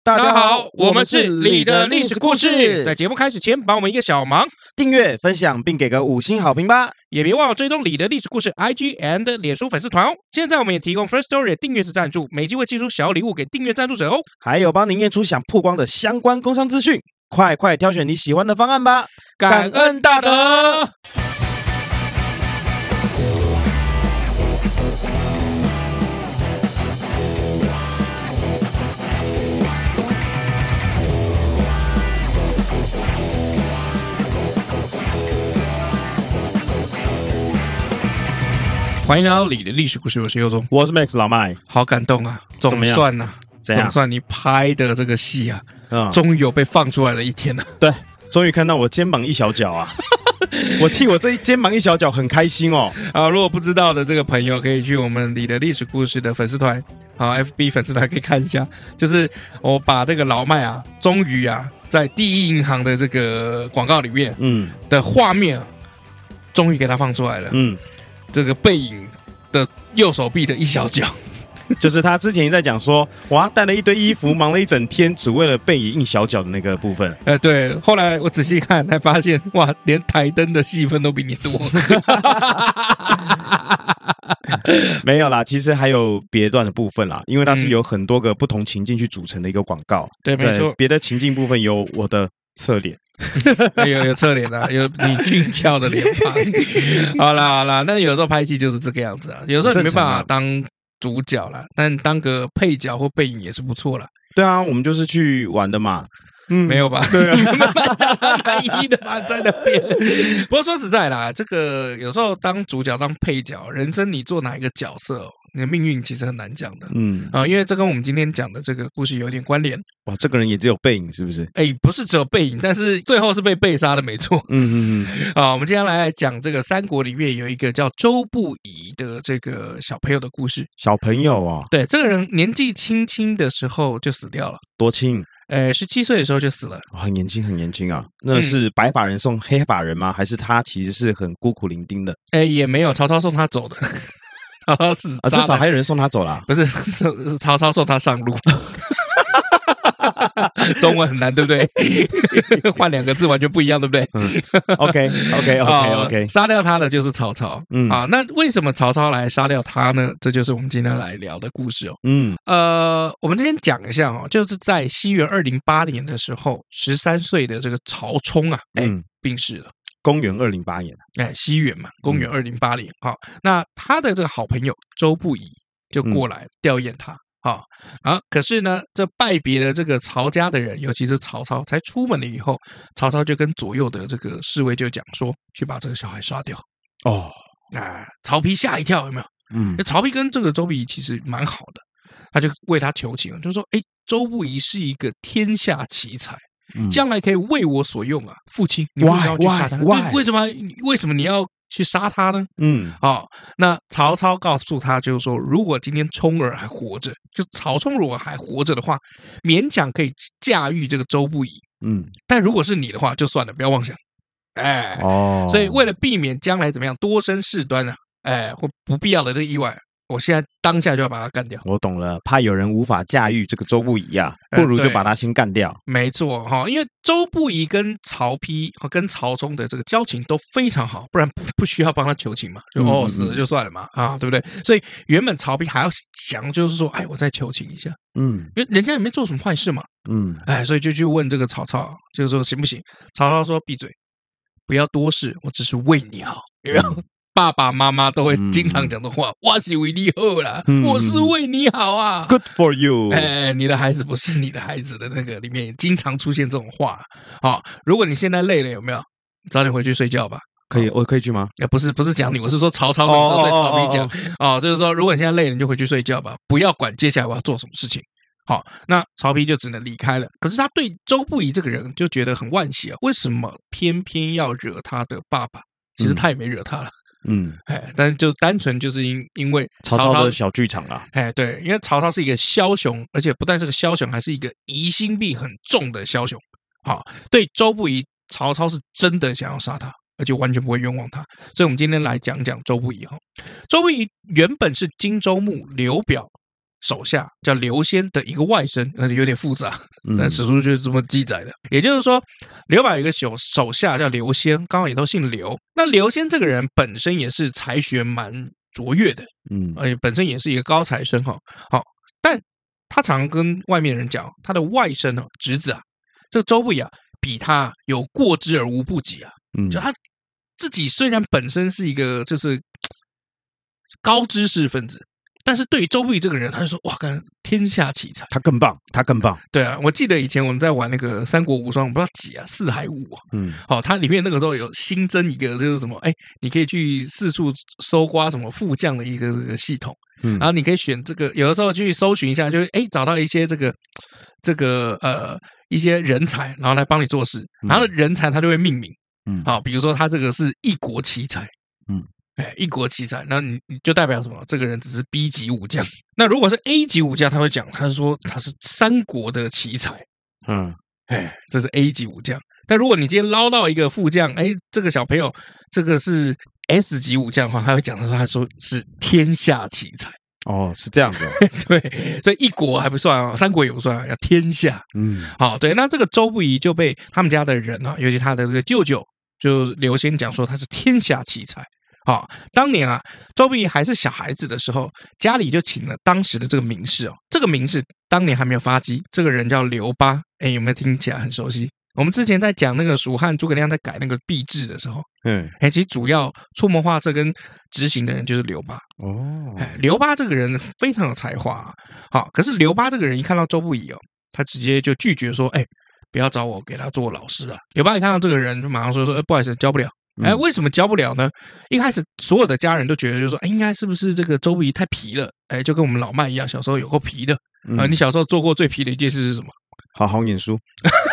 大家好，我们是你的历史故事。在节目开始前，帮我们一个小忙， 订阅、分享并给个5星好评吧！ 也别忘了追踪你的历史故事 IG and 脸书粉丝团哦。现在我们也提供 First Story 的订阅式赞助，每集会寄出小礼物给订阅赞助者哦。 还有帮您验出想曝光的相关工商资讯，快挑选你喜欢的方案吧！ 感恩大德。欢迎来到你的历史故事，我是尤忠， 我是 Max 老麦。 好感动啊！总算啊，总算你拍的这个戏啊，终于有被放出来的一天了。 对，终于看到我肩膀一小角啊！我替我这一肩膀一小角很开心哦。 啊，如果不知道的这个朋友，可以去我们你的历史故事的粉丝团，好 FB 粉丝团可以看一下。就是我把这个老麦啊，终于啊，在第一银行的这个广告里面，的画面，终于给他放出来了。这个背影的右手臂的一小角， 就是他之前在讲说，哇，带了一堆衣服，忙了一整天，只为了背影一小角的那个部分。 对，后来我仔细看，才发现，哇，连台灯的戏份都比你多。 没有啦，其实还有别段的部分啦，因为它是有很多个不同情境去组成的一个广告。 对，没错， 别的情境部分有我的侧脸。 有侧脸啊，有你俊俏的脸庞。好啦，那有时候拍戏就是这个样子啊，有时候你没办法当主角啦，但当个配角或背影也是不错啦。 对啊，我们就是去玩的嘛。 没有吧？ 对啊， 慢慢讲他难一的吧，在那边。不过说实在啦，这个有时候当主角、当配角，人生你做哪一个角色，你的命运其实很难讲的。因为这跟我们今天讲的这个故事有点关联。 哇，这个人也只有背影是不是？ 不是只有背影，但是最后是被杀的，没错。我们今天来讲这个三国里面有一个叫周不疑的这个小朋友的故事。 小朋友啊， 对，这个人年纪轻轻的时候就死掉了。 多轻 ？17岁的时候就死了， 很年轻啊！那是白发人送黑发人吗？还是他其实是很孤苦伶仃的？ 也没有，曹操送他走的。曹操是至少还有人送他走啦。 不是曹操送他上路。中文很难，对不对？换2个字完全不一样，对不对 ？OK， 杀掉他的就是曹操。那为什么曹操来杀掉他呢？这就是我们今天来聊的故事哦。我们先讲一下哦，就是在西元2008年的时候，13岁的这个曹冲啊，病逝了。 公元2008年， 西元嘛，公元2008年。好，那他的这个好朋友周不疑就过来吊唁他。可是呢，这拜别了这个曹家的人，尤其是曹操，才出门了以后，曹操就跟左右的这个侍卫就讲说，去把这个小孩杀掉。曹丕吓一跳，有没有？曹丕跟这个周不疑其实蛮好的，他就为他求情，就说，周不疑是一个天下奇才，将来可以为我所用啊，父亲，你为什么要去杀他？为什么你要去杀他呢？那曹操告诉他，就是说，如果今天冲儿还活着，就曹冲如果还活着的话，勉强可以驾驭这个周不疑。但如果是你的话，就算了，不要妄想。所以为了避免将来怎么样多生事端啊，或不必要的这个意外，我现在当下就要把他干掉。 我懂了，怕有人无法驾驭这个周不疑啊，不如就把他先干掉。 没错哈，因为周不疑跟曹丕和跟曹冲的这个交情都非常好，不然不需要帮他求情嘛，就死了就算了嘛，对不对？所以原本曹丕还要想就是说，我再求情一下，因为人家也没做什么坏事嘛，所以就去问这个曹操，就是说行不行？曹操说闭嘴，不要多事，我只是为你好，有没有？爸爸妈妈都会经常讲的话，我是为你好啦，我是为你好啊 ，Good for you。 你的孩子不是你的孩子的那个里面也经常出现这种话。如果你现在累了，有没有早点回去睡觉吧？ 可以，我可以去吗？ 不是讲你，我是说曹操那时候对曹丕讲就是说，如果你现在累了，你就回去睡觉吧，不要管接下来我要做什么事情。那曹丕就只能离开了。可是他对周不疑这个人就觉得很惋惜啊，为什么偏偏要惹他的爸爸？其实他也没惹他了。但是就单纯就是因为曹操的小剧场啊， 对，因为曹操是一个枭雄，而且不但是个枭雄，还是一个疑心病很重的枭雄。对周不疑，曹操是真的想要杀他，而且完全不会冤枉他。所以我们今天来讲讲周不疑。周不疑原本是荆州牧刘表手下叫刘仙的一个外甥，有点复杂，但史书就是这么记载的。也就是说，刘表有一个手下叫刘仙，刚好也都姓刘。那刘仙这个人本身也是才学蛮卓越的，本身也是一个高材生哈。好，但他常跟外面人讲，他的外甥侄子啊，这个周不疑啊，比他有过之而无不及啊。就他自己虽然本身是一个就是高知识分子，但是对于周不疑这个人，他就说哇，天下奇才， 他更棒，他更棒。 对啊，我记得以前我们在玩那个《三国无双》，我不知道几啊，4还5啊。它里面那个时候有新增一个，就是什么，你可以去四处搜刮什么副将的一个系统，然后你可以选这个，有的时候去搜寻一下，就是找到一些这个一些人才，然后来帮你做事，然后人才他就会命名，好，比如说他这个是一国奇才，一国奇才，那你就代表什么？这个人只是 B 级武将。那如果是 A 级武将，他会讲，他说他是三国的奇才，这是 A 级武将。但如果你今天捞到一个副将，这个小朋友这个是 S 级武将的话，他会讲他说是天下奇才。 哦，是这样子。 对，所以一国还不算啊，三国也不算啊，要天下。好，对，那这个周不疑就被他们家的人啊，尤其他的这个舅舅，就刘仙讲说他是天下奇才。好，当年啊，周不疑还是小孩子的时候，家里就请了当时的这个名士哦。这个名士当年还没有发迹，这个人叫刘巴。有没有听起来很熟悉？我们之前在讲那个蜀汉诸葛亮在改那个币制的时候，其实主要出谋划策跟执行的人就是刘巴。刘巴这个人非常有才华啊。好，可是刘巴这个人一看到周不疑哦，他直接就拒绝说，不要找我给他做老师啊。刘巴一看到这个人，就马上说，不好意思，教不了。为什么教不了呢？一开始所有的家人都觉得，就是说，应该是不是这个周不疑太皮了？就跟我们老麦一样，小时候有够皮的。你小时候做过最皮的一件事是什么？ 好好念书。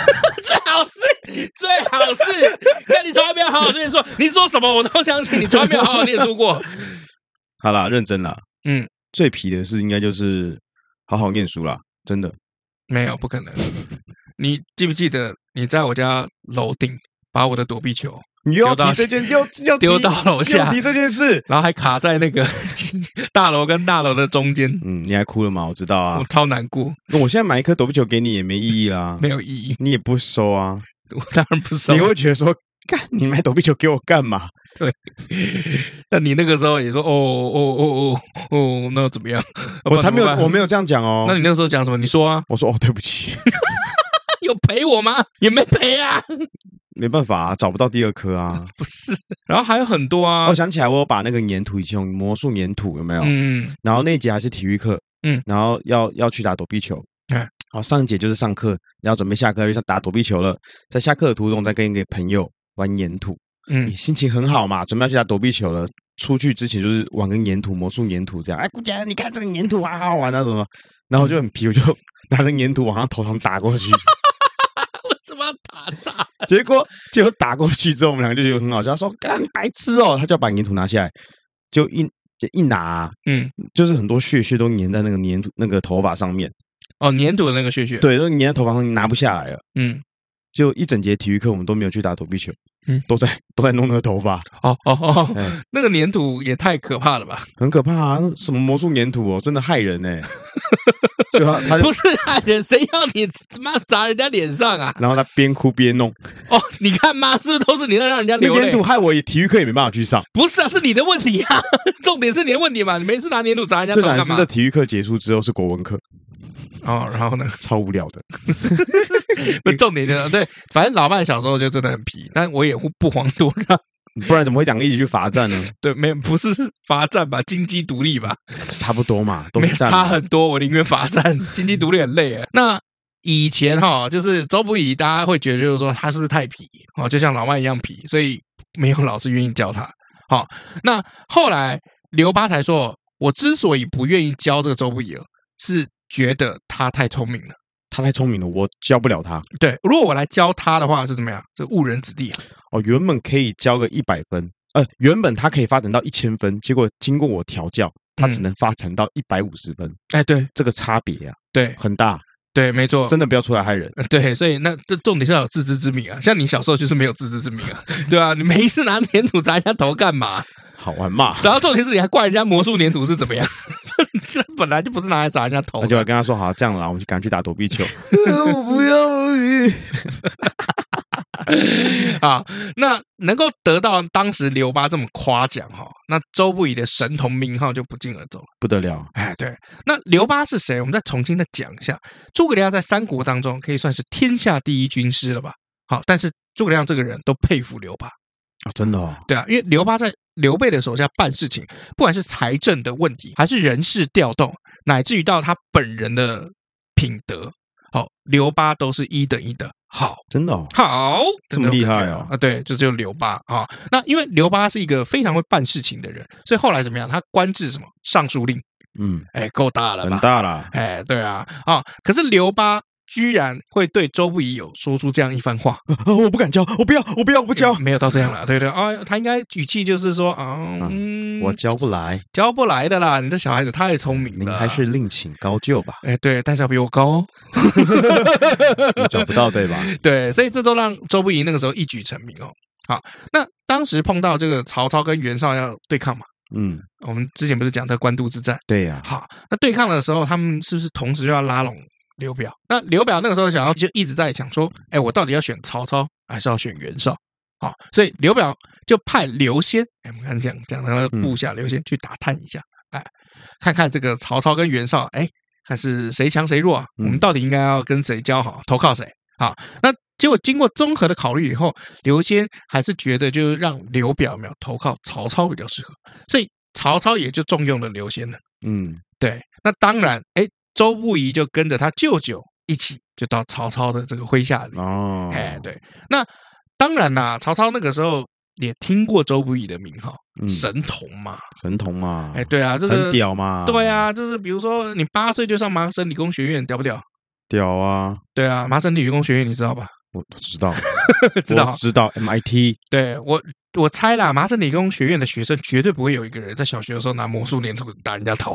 最好是，看你从来没有好好念书，你说什么我都相信，你从来没有好好念书过。 好啦，认真啦。最皮的事应该就是好好念书啦，真的。 没有，不可能。你记不记得你在我家楼顶把我的躲避球？ 你又要提这件，又丢到楼下， 又提这件事， 然后还卡在那个大楼跟大楼的中间。 你还哭了吗？我知道啊， 我超难过。 那我现在买一颗躲避球给你也没意义啦， 没有意义， 你也不收啊。 我当然不收。 你会觉得说，干你买躲避球给我干嘛？ 对，但你那个时候也说，那怎么样？ 我没有这样讲哦。 那你那个时候讲什么？你说啊。 我说对不起。 有赔我吗？也没赔啊。 没办法啊，找不到第二颗啊。 不是，然后还有很多啊。 我想起来，我有把那个粘土，以前用魔术粘土有没有？然后那一节还是体育课，然后要去打躲避球。好，上一节就是上课，要准备下课就打躲避球了。在下课的途中，再跟一个朋友玩粘土。心情很好嘛，准备要去打躲避球了。出去之前就是玩个粘土，魔术粘土这样。姑姐，你看这个粘土啊，好好玩啊什么？然后我就很皮，我就拿着粘土往他头上打过去。 为什么要打他？ 结果打过去之后，我们两个就觉得很好笑，说干白痴哦，他就要把粘土拿下来，就一拿，就是很多屑屑都粘在那个粘土那个头发上面。 粘土的那个屑屑， 对，都粘在头发上，拿不下来了。就一整节体育课我们都没有去打躲避球，都在弄那个头发。那个粘土也太可怕了吧！很可怕啊，什么魔术粘土哦，真的害人哎。就他不是害人，谁要你妈砸人家脸上啊？ 然后他边哭边弄。 你看嘛，是不是都是你让人家流泪？ 那粘土害我体育课也没办法去上。 不是啊，是你的问题啊！重点是你的问题嘛，你没事拿粘土砸人家头干嘛？ 最惨是这体育课结束之后是国文课。 然后呢？ 超无聊的。 不，重点就是对，反正老伴小时候就真的很皮，但我也不遑多让。 不然怎么会两个一起去罚站呢？ 对，不是罚站吧，经济独立吧， 差不多嘛，都是站， 差很多。我宁愿罚站，经济独立很累。那以前就是周不疑，大家会觉得就是说他是不是太皮就像老麦一样皮，所以没有老师愿意教他。那后来刘巴才说，我之所以不愿意教这个周不疑了，是觉得他太聪明了。 他太聪明了，我教不了他。 对，如果我来教他的话是怎么样？这误人子弟啊！ 原本可以教个100分，原本他可以发展到1000分，结果经过我调教，他只能发展到150分。 对， 这个差别啊， 对， 很大。 对，没错， 真的不要出来害人。 对，所以那这重点是要有自知之明啊。像你小时候就是没有自知之明啊，对啊，你没事拿粘土砸人家头干嘛？ 好玩嘛？ 然后重点是你还怪人家魔术粘土是怎么样？这本来就不是拿来砸人家头的。 他就跟他说：“好，这样啦，我们就赶快去打躲避球。”我不要你。 啊，那能够得到当时刘巴这么夸奖哈，那周不夷的神童名号就不胫而走了， 不得了。 哎，对，那刘巴是谁？我们再重新的讲一下。诸葛亮在三国当中可以算是天下第一军师了吧？好，但是诸葛亮这个人都佩服刘巴啊，真的哦。 对啊，因为刘巴在刘备的手下办事情，不管是财政的问题，还是人事调动，乃至于到他本人的品德，好，刘巴都是一等一的。好， 真的哦， 好， 这么厉害哦！ 啊，对，这就是刘巴啊。那因为刘巴是一个非常会办事情的人，所以后来怎么样？他官至什么尚书令？哎，够大了吧？ 很大了。 哎，对啊，啊，可是刘巴居然会对周不夷有说出这样一番话， 我不敢教，我不教， 没有到这样了，对对啊，他应该语气就是说我教不来的啦，你的小孩子太聪明了， 您还是另请高就吧。 哎，对，但是要比我高哦， 你找不到对吧？ 对，所以这都让周不夷那个时候一举成名哦。好，那当时碰到这个曹操跟袁绍要对抗嘛，我们之前不是讲的官渡之战？ 对呀。 好，那对抗的时候，他们是不是同时就要拉拢刘表？那刘表那个时候想要就一直在想说，哎，我到底要选曹操还是要选袁绍？好，所以刘表就派刘先，哎，我们看讲他的部下刘先去打探一下，哎，看看这个曹操跟袁绍，哎，看是谁强谁弱啊？我们到底应该要跟谁交好，投靠谁？好，那结果经过综合的考虑以后，刘先还是觉得就是让刘表投靠曹操比较适合，所以曹操也就重用了刘先了。对，那当然，哎，周不夷就跟着他舅舅一起就到曹操的这个麾下里。哦，哎，对，那当然啦，曹操那个时候也听过周不夷的名号，神童嘛，哎，对啊，这个很屌嘛， 对啊，就是比如说你8岁就上麻省理工学院，屌不屌？ 屌啊， 对啊，麻省理工学院你知道吧？ 我知道， 知道 MIT。 对，我猜啦，麻省理工学院的学生绝对不会有一个人在小学的时候拿魔术粘土打人家头。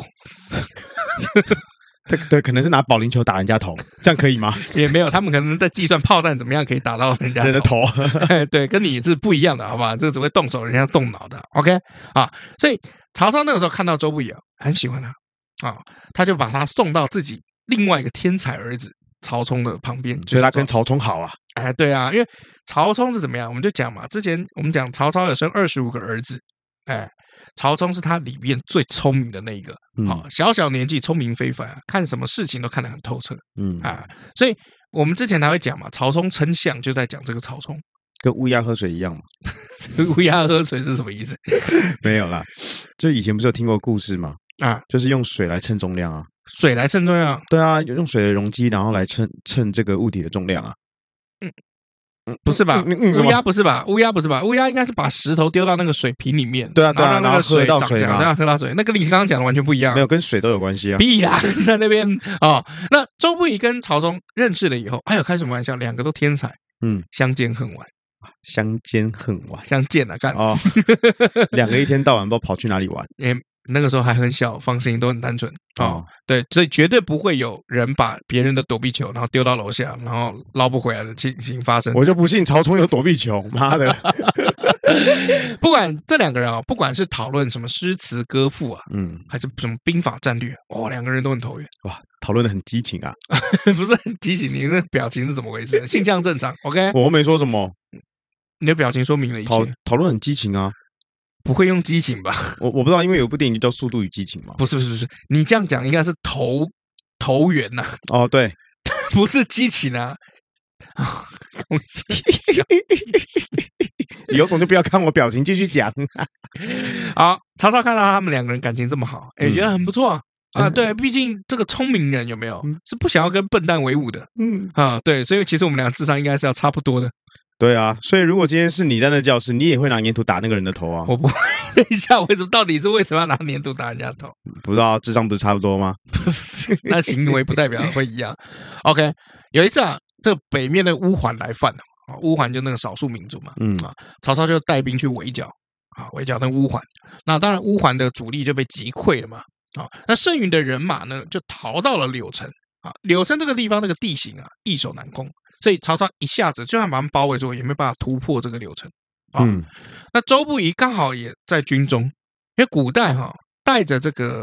对，可能是拿保龄球打人家头，这样可以吗？ 也没有，他们可能在计算炮弹怎么样可以打到人家的头。 对，跟你是不一样的，好吧？这个只会动手，人家动脑的。OK 啊，所以曹操那个时候看到周不夷很喜欢他啊，他就把他送到自己另外一个天才儿子曹冲的旁边， 所以他跟曹冲好啊。 哎，对啊，因为曹冲是怎么样，我们就讲嘛，之前我们讲曹操有生25个儿子，哎。曹冲是他里面最聪明的那一个，小年纪聪明非凡啊，看什么事情都看得很透彻，所以我们之前才会讲嘛，曹冲称象就在讲这个曹冲， 跟乌鸦喝水一样嘛。 乌鸦喝水是什么意思？ 没有啦，就以前不是有听过故事吗？就是用水来称重量啊， 水来称重量， 对啊，用水的容积，然后来称这个物体的重量啊。 不是吧？乌鸦不是吧？乌鸦不是吧？乌鸦应该是把石头丢到那个水瓶里面， 对啊， 然后让那个水到水嘛， 喝到水，那跟你刚刚讲的完全不一样。 没有，跟水都有关系啊。 屁啦，在那边哦。那周不夷跟曹冲认识了以后，开什么玩笑？两个都天才，相见恨晚， 相见啊，干哦，两个一天到晚不知道跑去哪里玩。 那个时候还很小，放心都很单纯对，所以绝对不会有人把别人的躲避球然后丢到楼下，然后捞不回来的情形发生。 我就不信曹冲有躲避球，妈的！ 不管这两个人不管是讨论什么诗词歌赋啊，还是什么兵法战略，两个人都很投缘， 哇，讨论的很激情啊， 不是很激情，你那表情是怎么回事？性向正常 ，OK？ 我没说什么， 你的表情说明了一切。 讨论很激情啊。 不会用激情吧？ 我不知道，因为有部电影就叫《速度与激情》嘛。 不是，你这样讲应该是投缘呐。 哦，对， 不是激情啊。 有种就不要看我表情，继续讲。 好，曹操看到他们两个人感情这么好，觉得很不错啊。对，毕竟这个聪明人有没有是不想要跟笨蛋为伍的。对，所以其实我们俩智商应该是要差不多的。 对啊，所以如果今天是你在那教室，你也会拿粘土打那个人的头啊？ 我不会。等一下，到底是为什么要拿粘土打人家头？ 不知道，智商不是差不多吗？ 那行为不代表会一样。OK， 有一次这个北面的乌桓来犯乌桓就那个少数民族嘛，曹操就带兵去围剿围剿那乌桓。那当然乌桓的主力就被击溃了嘛，那剩余的人马呢就逃到了柳城柳城这个地方那个地形易守难攻。所以曹操一下子就算把他们包围住，也没办法突破这个柳城那周不夷刚好也在军中，因为古代带着这个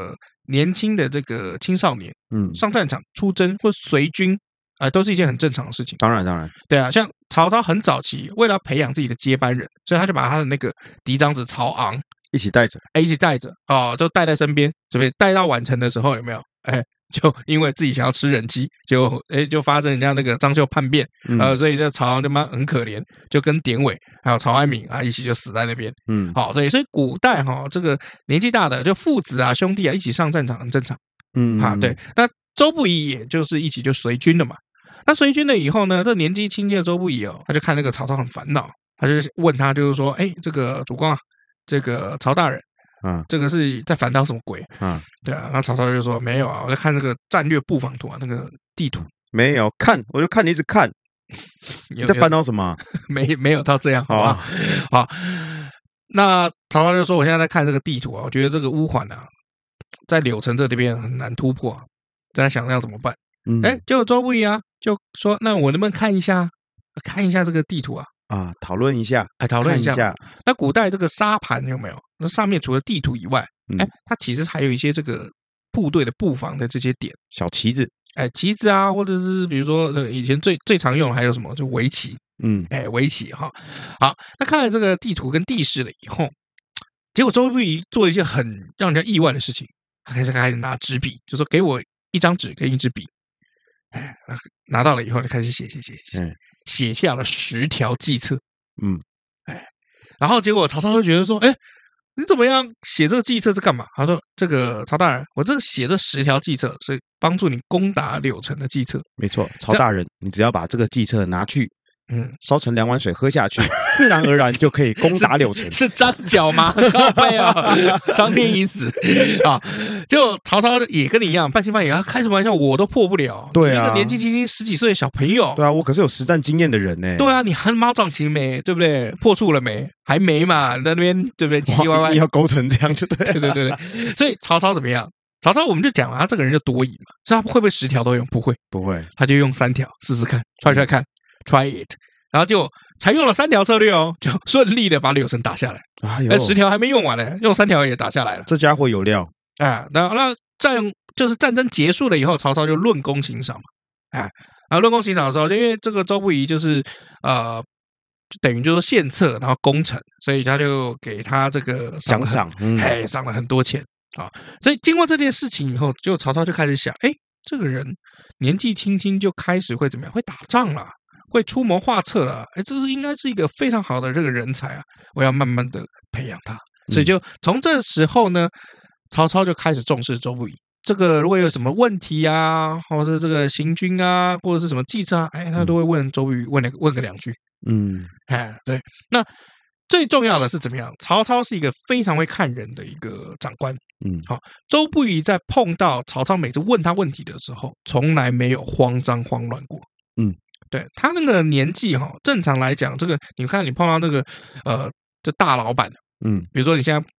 年轻的这个青少年，上战场出征或随军，都是一件很正常的事情。 当然， 对啊，像曹操很早期为了培养自己的接班人，所以他就把他的那个嫡长子曹昂一起带着哦，就带在身边，对不对？带到宛城的时候有没有？就因为自己想要吃人妻，就发生人家那个张绣叛变，所以这曹昂他妈很可怜，就跟典韦还有曹安敏一起就死在那边。好，所以古代这个年纪大的就父子啊兄弟啊一起上战场很正常。对。那周不疑也就是一起就随军了嘛。那随军了以后呢，这年纪轻轻的周不疑他就看那个曹操很烦恼，他就问他就是说，这个主公啊，这个曹大人。这个是在烦恼什么鬼？对啊，那曹操就说没有啊，我在看那个战略布防图啊，那个地图没有看，我就看你一直看，你在烦恼什么？ 没有到这样，好吧？好，那曹操就说我现在在看这个地图啊，我觉得这个乌桓啊，在柳城这边很难突破，在想要怎么办？结果周不疑啊就说，那我能不能看一下这个地图啊？ 讨论一下， 讨论一下。那古代这个沙盘有没有？那上面除了地图以外，它其实还有一些这个部队的布防的这些点， 小旗子， 旗子啊，或者是比如说以前最常用的还有什么？就围棋，围棋哈。好，那看了这个地图跟地势了以后，结果周不疑做了一件很让人家意外的事情，他开始拿纸笔，就说给我一张纸跟一支笔，拿到了以后就开始写下了10条计策，然后结果曹操就觉得说，你怎么样写这个计策是干嘛？他说，这个曹大人，我这个写这10条计策是帮助你攻打柳城的计策。 没错，曹大人，你只要把这个计策拿去，烧成2碗水喝下去，自然而然就可以攻打柳城。 是张角吗？靠背啊，张天已死啊！就曹操也跟你一样半信半疑，他开什么玩笑，我都破不了。 对啊， 年纪轻轻10几岁的小朋友， 对啊，我可是有实战经验的人呢。 对啊，你还猫掌型没？对不对？破处了没？还没嘛？在那边对不对？唧唧歪歪， 你要勾成这样就对。 对。所以曹操怎么样？曹操我们就讲了，他这个人就多疑嘛，所以他会不会10条都用？不会，他就用3条试试看，try看。Try it， 然后就才用了3条策略就顺利的把柳城打下来。10条还没用完呢，用3条也打下来了。 这家伙有料那战争结束了以后，曹操就论功行赏嘛。然后论功行赏的时候，就因为这个周不疑就是就等于就是献策，然后攻城，所以他就给他这个奖赏， 赏了很多钱啊。所以经过这件事情以后，就曹操就开始想，这个人年纪轻轻就开始会怎么样？会打仗了。会出谋划策了，这是应该是一个非常好的这个人才啊！我要慢慢的培养他，所以就从这时候呢，曹操就开始重视周不疑。这个如果有什么问题啊，或者这个行军啊，或者是什么计策啊，他都会问周不疑，问个2句。对。那最重要的是怎么样？曹操是一个非常会看人的一个长官。好，周不疑在碰到曹操每次问他问题的时候，从来没有慌张慌乱过。对他那个年纪正常来讲，这个你看你碰到那个就大老板，比如说你现在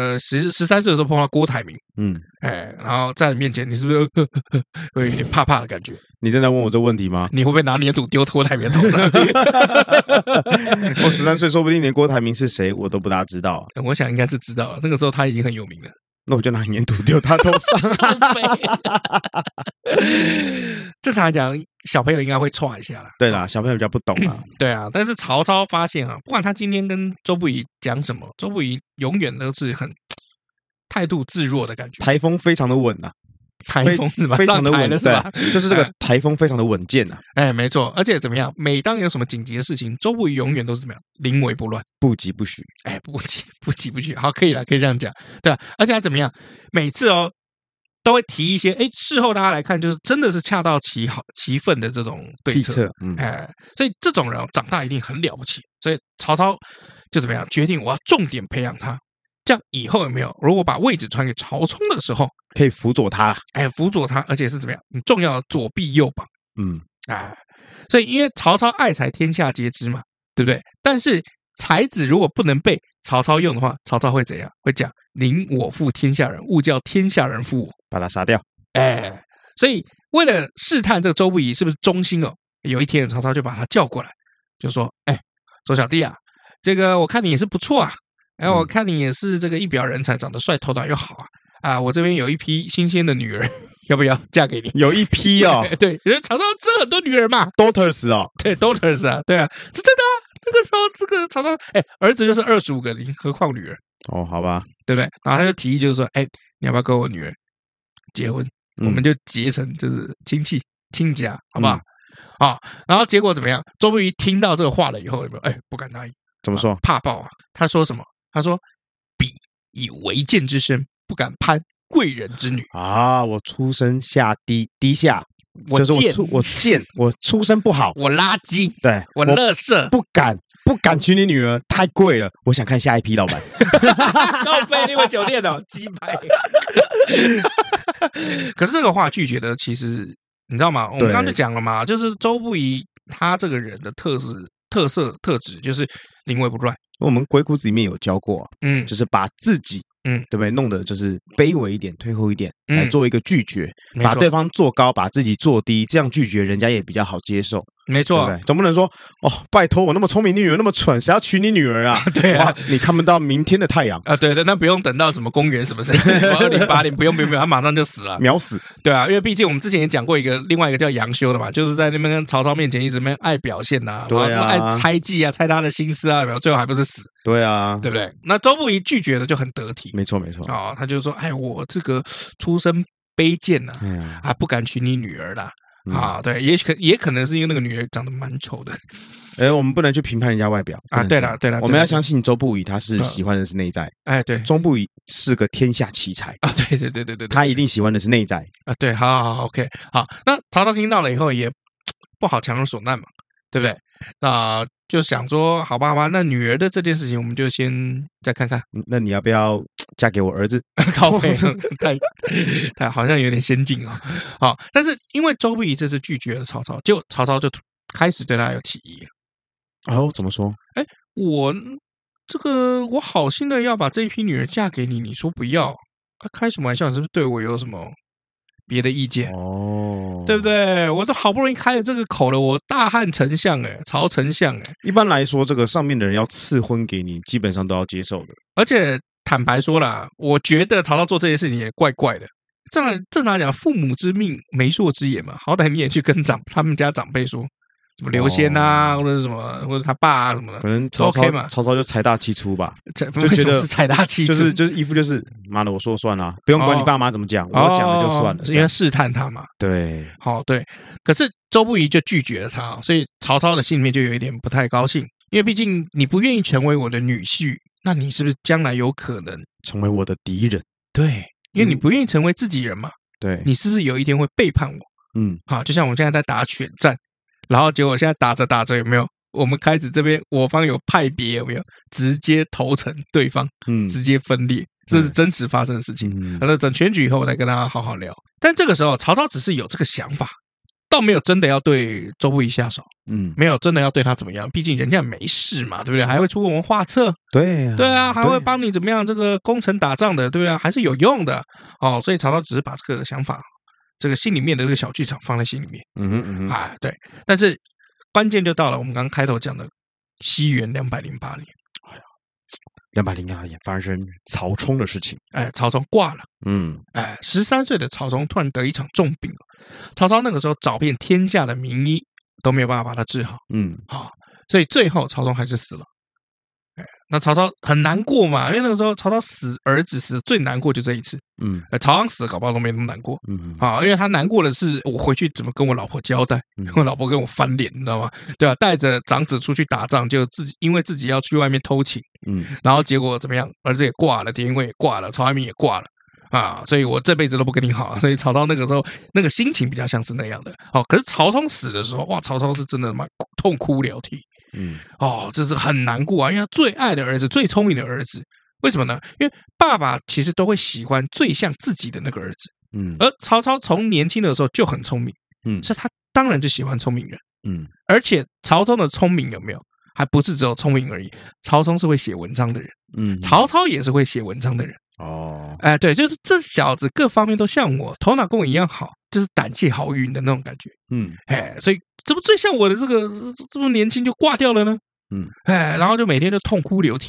13岁的时候碰到郭台铭，然后在你面前，你是不是会有点怕怕的感觉？ 你正在问我这个问题吗？ 你会不会拿粘土丢郭台铭头上？ 我13岁，说不定连郭台铭是谁我都不大知道。 我想应该是知道了，那个时候他已经很有名了。 那我就拿粘土丢他头上。 正常来讲，小朋友应该会踹一下啦。 对啦，小朋友比较不懂啊。 对啊，但是曹操发现不管他今天跟周不疑讲什么，周不疑永远都是很态度自若的感觉。 台风非常的稳啊。 台风是吧？ 非常的稳， 是吧？ 就是这个台风非常的稳健没错。而且怎么样？每当有什么紧急的事情，周不疑永远都是怎么样？临危不乱， 不急不徐。 不急不徐。好，可以了，可以这样讲。对，而且还怎么样？每次都会提一些事后大家来看，就是真的是恰到其分的这种对策。所以这种人长大一定很了不起。所以曹操就怎么样？决定我要重点培养他。这样以后有没有？如果把位置传给曹冲的时候， 可以辅佐他。 辅佐他，而且是怎么样？你重要的左臂右膀。所以因为曹操爱才，天下皆知嘛，对不对？但是才子如果不能被曹操用的话，曹操会怎样？会讲宁我负天下人，勿叫天下人负我， 把他杀掉。 所以为了试探这个周不疑是不是忠心有一天曹操就把他叫过来，就说：“周小弟啊，这个我看你也是不错啊。我看你也是这个一表人才，长得帅，头脑又好我这边有一批新鲜的女儿，要不要嫁给你？ 有一批哦， 对，因为曹操生很多女儿嘛 ，daughters 哦， 对 ，daughters 啊，对啊，是真的啊。那个时候，这个曹操，儿子就是25个，何况女儿？ 哦，好吧， 对不对？然后他就提议，就是说，你要不要跟我女儿结婚？我们就结成就是亲家，好不好？好，然后结果怎么样？周不疑听到这个话了以后，有没有？不敢答应。 怎么说？ 怕爆啊！他说什么？他说：“彼以为贱之身，不敢攀贵人之女啊！我出身低下， 就是我贱，我出身不好， 我垃圾， 对我垃圾， 不敢娶你女儿，太贵了。我想看下一批老板。 高飞那位酒店的鸡排。可是这个话拒绝的，其实你知道吗？我们刚刚就讲了嘛，就是周不疑他这个人的特质就是临危不乱。 我们鬼谷子里面有教过，就是把自己，对不对，弄得就是卑微一点、退后一点，来做一个拒绝，把对方做高，把自己做低，这样拒绝人家也比较好接受。 没错， 对，总不能说拜托我那么聪明，你女儿那么蠢，谁要娶你女儿啊？ 对啊， 你看不到明天的太阳啊？对的，那不用等到什么公元什么2080，不用，他马上就死了， 秒死。 对啊，因为毕竟我们之前也讲过另外一个叫杨修的嘛，就是在那边跟曹操面前一直在爱表现呐， 对啊， 爱猜忌啊，猜他的心思啊，最后还不是死？ 对啊， 对不对？那周不疑拒绝的就很得体， 没错他就说，我这个出身卑贱呐，不敢娶你女儿啦。对，也可能是因为那个女人长得蛮丑的。 我们不能去评判人家外表啊。对了， 我们要相信周不疑他是喜欢的是内在。 对， 周不疑是个天下奇才啊。对， 他一定喜欢的是内在啊。对，好 ，OK， 好。那曹操听到了以后也不好强人所难嘛，对不对？就想说，好吧，那女儿的这件事情我们就先再看看。 那你要不要嫁给我儿子？ 靠北，太好像有点先进哦。好，但是因为周不疑这次拒绝了曹操，结果曹操就开始对他有起疑。 怎么说？ 我好心的要把这一批女人嫁给你，你说不要，开什么玩笑？你是不是对我有什么别的意见？对不对？我都好不容易开了这个口了，我大汉丞相曹丞相一般来说，这个上面的人要赐婚给你，基本上都要接受的。 而且坦白说啦，我觉得曹操做这件事情也怪怪的。正常讲，父母之命，媒妁之言嘛，好歹你也去跟他们家长辈说。什么刘谦啊，或者是什么，或者他爸啊什么的， 可能曹操就财大气粗吧， 就觉得是财大气粗， 就是衣服就是妈的，我说算了，不用管你爸妈怎么讲，我讲了就算了， 因为试探他嘛。 对， 对。可是周不疑就拒绝了他，所以曹操的心里面就有一点不太高兴，因为毕竟你不愿意成为我的女婿，那你是不是将来有可能成为我的敌人？ 对，因为你不愿意成为自己人嘛。 对， 你是不是有一天会背叛我？就像我们现在在打选战。然后结果现在打着有没有？我们开始这边我方有派别有没有？直接投诚对方，直接分裂，这是真实发生的事情。那等选举以后我再跟大家好好聊。但这个时候曹操只是有这个想法，倒没有真的要对周不疑下手，没有真的要对他怎么样。毕竟人家没事嘛，对不对？还会出文画册，对啊，还会帮你怎么样？这个攻城打仗的，对不对？还是有用的所以曹操只是把这个想法。这个心里面的这个小剧场放在心里面，对，但是关键就到了我们刚刚开头讲的西元208年 ，208年发生曹冲的事情， 曹冲挂了，13岁的曹冲突然得一场重病，曹操那个时候找遍天下的名医都没有办法把他治好，所以最后曹冲还是死了。那曹操很难过嘛，因为那个时候曹操儿子死最难过就这一次，曹昂死搞不好都没那么难过，因为他难过的是我回去怎么跟我老婆交代，我老婆跟我翻脸，你知道吗？对吧？带着长子出去打仗，就因为自己要去外面偷情，然后结果怎么样？儿子也挂了，田婴惠也挂了，曹安民也挂了，所以我这辈子都不跟你好。所以曹操那个时候那个心情比较像是那样的。可是曹冲死的时候，哇，曹操是真的痛哭流涕。这是很难过啊，因为他最爱的儿子，最聪明的儿子，为什么呢？因为爸爸其实都会喜欢最像自己的那个儿子，而曹操从年轻的时候就很聪明，所以他当然就喜欢聪明人，而且曹冲的聪明有没有？还不是只有聪明而已，曹冲是会写文章的人，曹操也是会写文章的人。对，就是这小子各方面都像我，头脑跟我一样好，就是胆气豪运的那种感觉。所以这不最像我的这么年轻就挂掉了呢？然后就每天就痛哭流涕啊，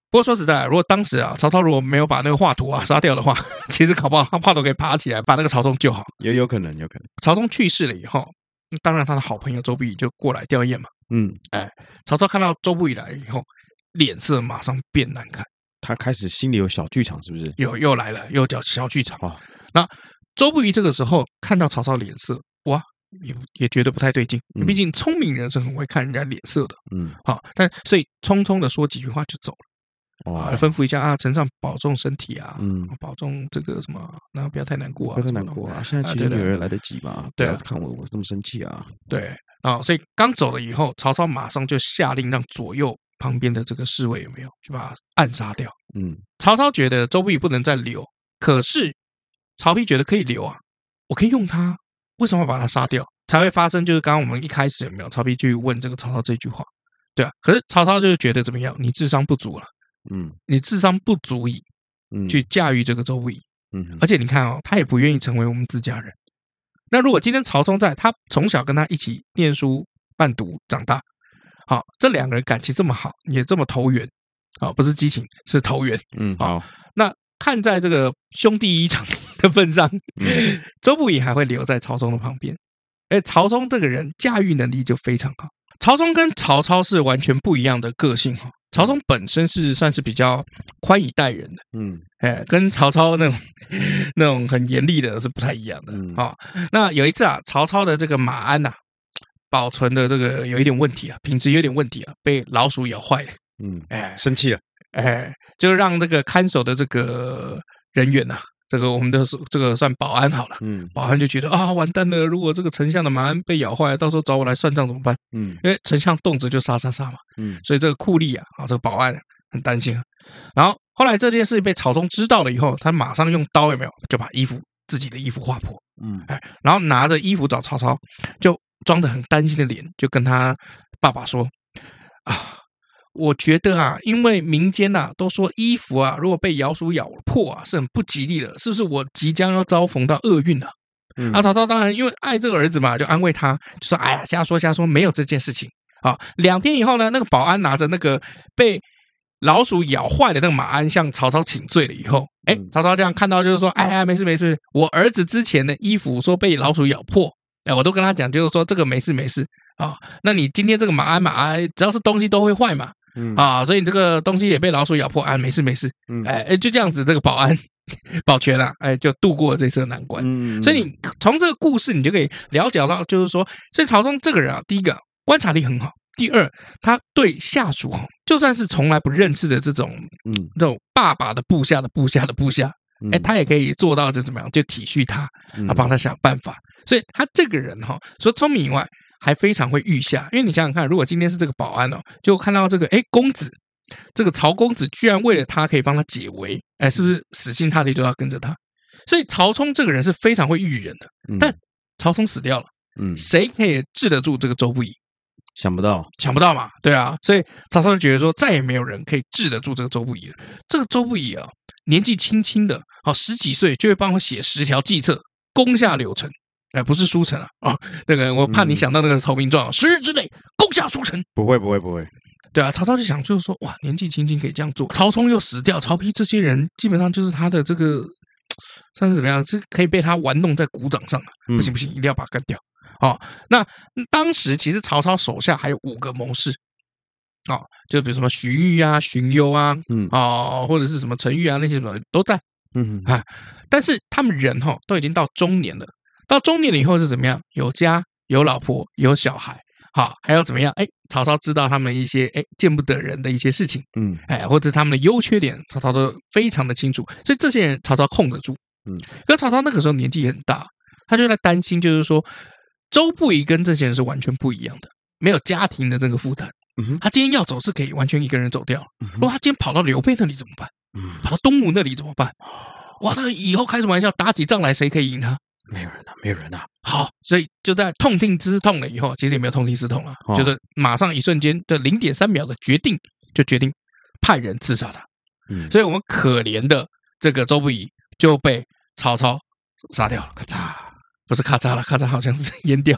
不过说实在，如果当时啊，曹操如果没有把那个华佗杀掉的话，其实搞不好华佗可以爬起来把那个曹冲救好。 也有可能。 曹冲去世了以后，当然他的好朋友周不疑就过来吊唁嘛。曹操看到周不疑来以后，脸色马上变难看。 他开始心里有小剧场，是不是？ 又来了，又叫小剧场。那周不疑这个时候看到曹操脸色，哇，也觉得不太对劲。毕竟聪明人是很会看人家脸色的。但所以匆匆的说几句话就走了。吩咐一下啊，丞相保重身体啊，保重这个什么，然后不要太难过啊， 不要太难过啊。现在其实女儿来得及嘛，不要看我这么生气啊。 对啊，所以刚走了以后，曹操马上就下令让左右旁边的这个侍卫有没有就把他暗杀掉。曹操觉得周不疑不能再留，可是曹丕觉得可以留啊，我可以用他，为什么要把他杀掉？才会发生就是刚刚我们一开始有没有曹丕去问这个曹操这句话，对啊，可是曹操就是觉得怎么样，你智商不足了，你智商不足以去驾驭这个周不疑，而且你看哦，他也不愿意成为我们自家人。那如果今天曹冲在，他从小跟他一起念书伴读长大，好，这两个人感情这么好，也这么投缘，好，不是激情，是投缘。好，那看在这个兄弟一场的份上，周不疑还会留在曹冲的旁边。曹冲这个人驾驭能力就非常好。曹冲跟曹操是完全不一样的个性哈。曹冲本身是算是比较宽以待人的，跟曹操那种很严厉的是不太一样的。那有一次啊，曹操的这个马鞍保存的这个有一点问题啊，品质有点问题啊，被老鼠咬坏了。 生气了。 就让这个看守的这个人员这个我们的这个算保安好了，保安就觉得啊，完蛋了，如果这个丞相的马鞍被咬坏，到时候找我来算账怎么办？因为丞相动辄就杀嘛，所以这个酷吏这个保安很担心。然后后来这件事被曹冲知道了以后，他马上用刀有没有就把自己的衣服划破，然后拿着衣服找曹操，就装得很担心的脸，就跟他爸爸说我觉得因为民间都说衣服如果被老鼠咬破是很不吉利的，是不是我即将要遭逢到厄运曹操当然因为爱这个儿子嘛，就安慰他，就说哎呀，瞎说，没有这件事情。2天以后呢，那个保安拿着那个被老鼠咬坏的那个马鞍向曹操请罪了以后，曹操这样看到就是说，哎呀，没事，我儿子之前的衣服说被老鼠咬破，我都跟他讲，就是说这个没事那你今天这个马鞍只要是东西都会坏嘛。所以你这个东西也被老鼠咬破没事，就这样子，这个保安保全了，就度过了这次难关。所以你从这个故事，你就可以了解到，就是说，所以曹冲这个人第一个观察力很好，第二，他对下属就算是从来不认识的这种爸爸的部下的部下，他也可以做到这怎么样，就体恤他，帮他想办法。所以他这个人除了聪明以外，还非常会御下。因为你想想看，如果今天是这个保安就看到这个公子，这个曹公子居然为了他可以帮他解围，是不是死心塌地就要跟着他？所以曹冲这个人是非常会御人的。但曹冲死掉了，谁可以治得住这个周不疑？ 想不到嘛，对啊。所以曹操就觉得说，再也没有人可以治得住这个周不疑了。这个周不疑年纪轻轻的10几岁就会帮我写10条计策，攻下柳城。不是书城那个我怕你想到那个投名状，10日之内攻下书城。不会。对啊，曹操就想就是说，哇，年纪轻轻可以这样做。曹冲又死掉，曹丕这些人基本上就是他的这个算是怎么样，是可以被他玩弄在鼓掌上不行，一定要把他干掉。那当时其实曹操手下还有5个谋士，就比如什么荀彧荀攸或者是什么陈馀那些什么都在，但是他们人都已经到中年了。到中年了以后是怎么样？有家有老婆有小孩，还要怎么样？曹操知道他们一些见不得人的一些事情，或者是他们的优缺点，曹操都非常的清楚，所以这些人曹操控得住。可是曹操那个时候年纪很大，他就在担心，就是说周不疑跟这些人是完全不一样的，没有家庭的这个负担。他今天要走是可以完全一个人走掉，如果他今天跑到刘备那里怎么办？跑到东吴那里怎么办？哇，他以后开什么玩笑？打起仗来谁可以赢他？ 没有人啊。 好，所以就在痛定思痛了以后，其实也没有痛定思痛了，就是马上一瞬间的0.3秒的决定派人刺杀他。所以我们可怜的这个周不疑就被曹操杀掉了。咔嚓，不是咔嚓了，咔嚓好像是淹掉。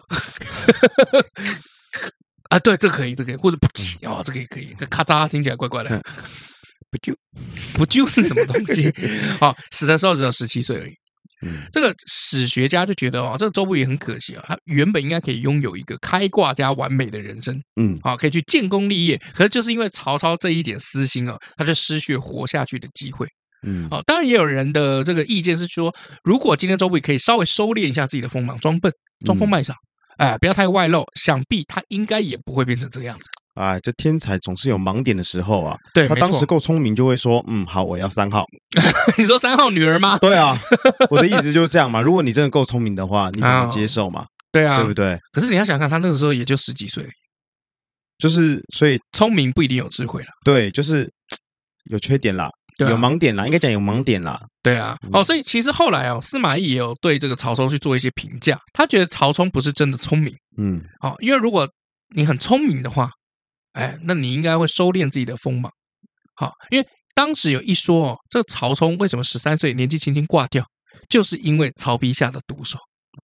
对，这可以，或者噗，这个也可以，这咔嚓听起来怪怪的。 不就是什么东西？好，死的时候只有17岁而已。这个史学家就觉得这个周不宜很可惜他原本应该可以拥有一个开挂加完美的人生，可以去建功立业，可是就是因为曹操这一点私心他就失去了活下去的机会。当然也有人的这个意见是说，如果今天周不宜可以稍微收敛一下自己的锋芒，装笨、装疯卖傻，不要太外露，想必他应该也不会变成这个样子。 这天才总是有盲点的时候啊。 对， 他当时够聪明，就会说，好，我要3号。 你说3号女儿吗？ 对啊，我的意思就是这样嘛。如果你真的够聪明的话，你怎么接受嘛？ 对啊， 对不对？ 可是你要想看，他那个时候也就10几岁， 就是所以聪明不一定有智慧啦。 对，就是有缺点啦。有盲点啦，应该讲有盲点啦。 对啊，所以其实后来司马懿也有对这个曹冲去做一些评价，他觉得曹冲不是真的聪明，因为如果你很聪明的话，那你应该会收敛自己的锋芒，因为当时有一说这个曹冲为什么13岁年纪轻轻挂掉，就是因为曹丕下的毒手。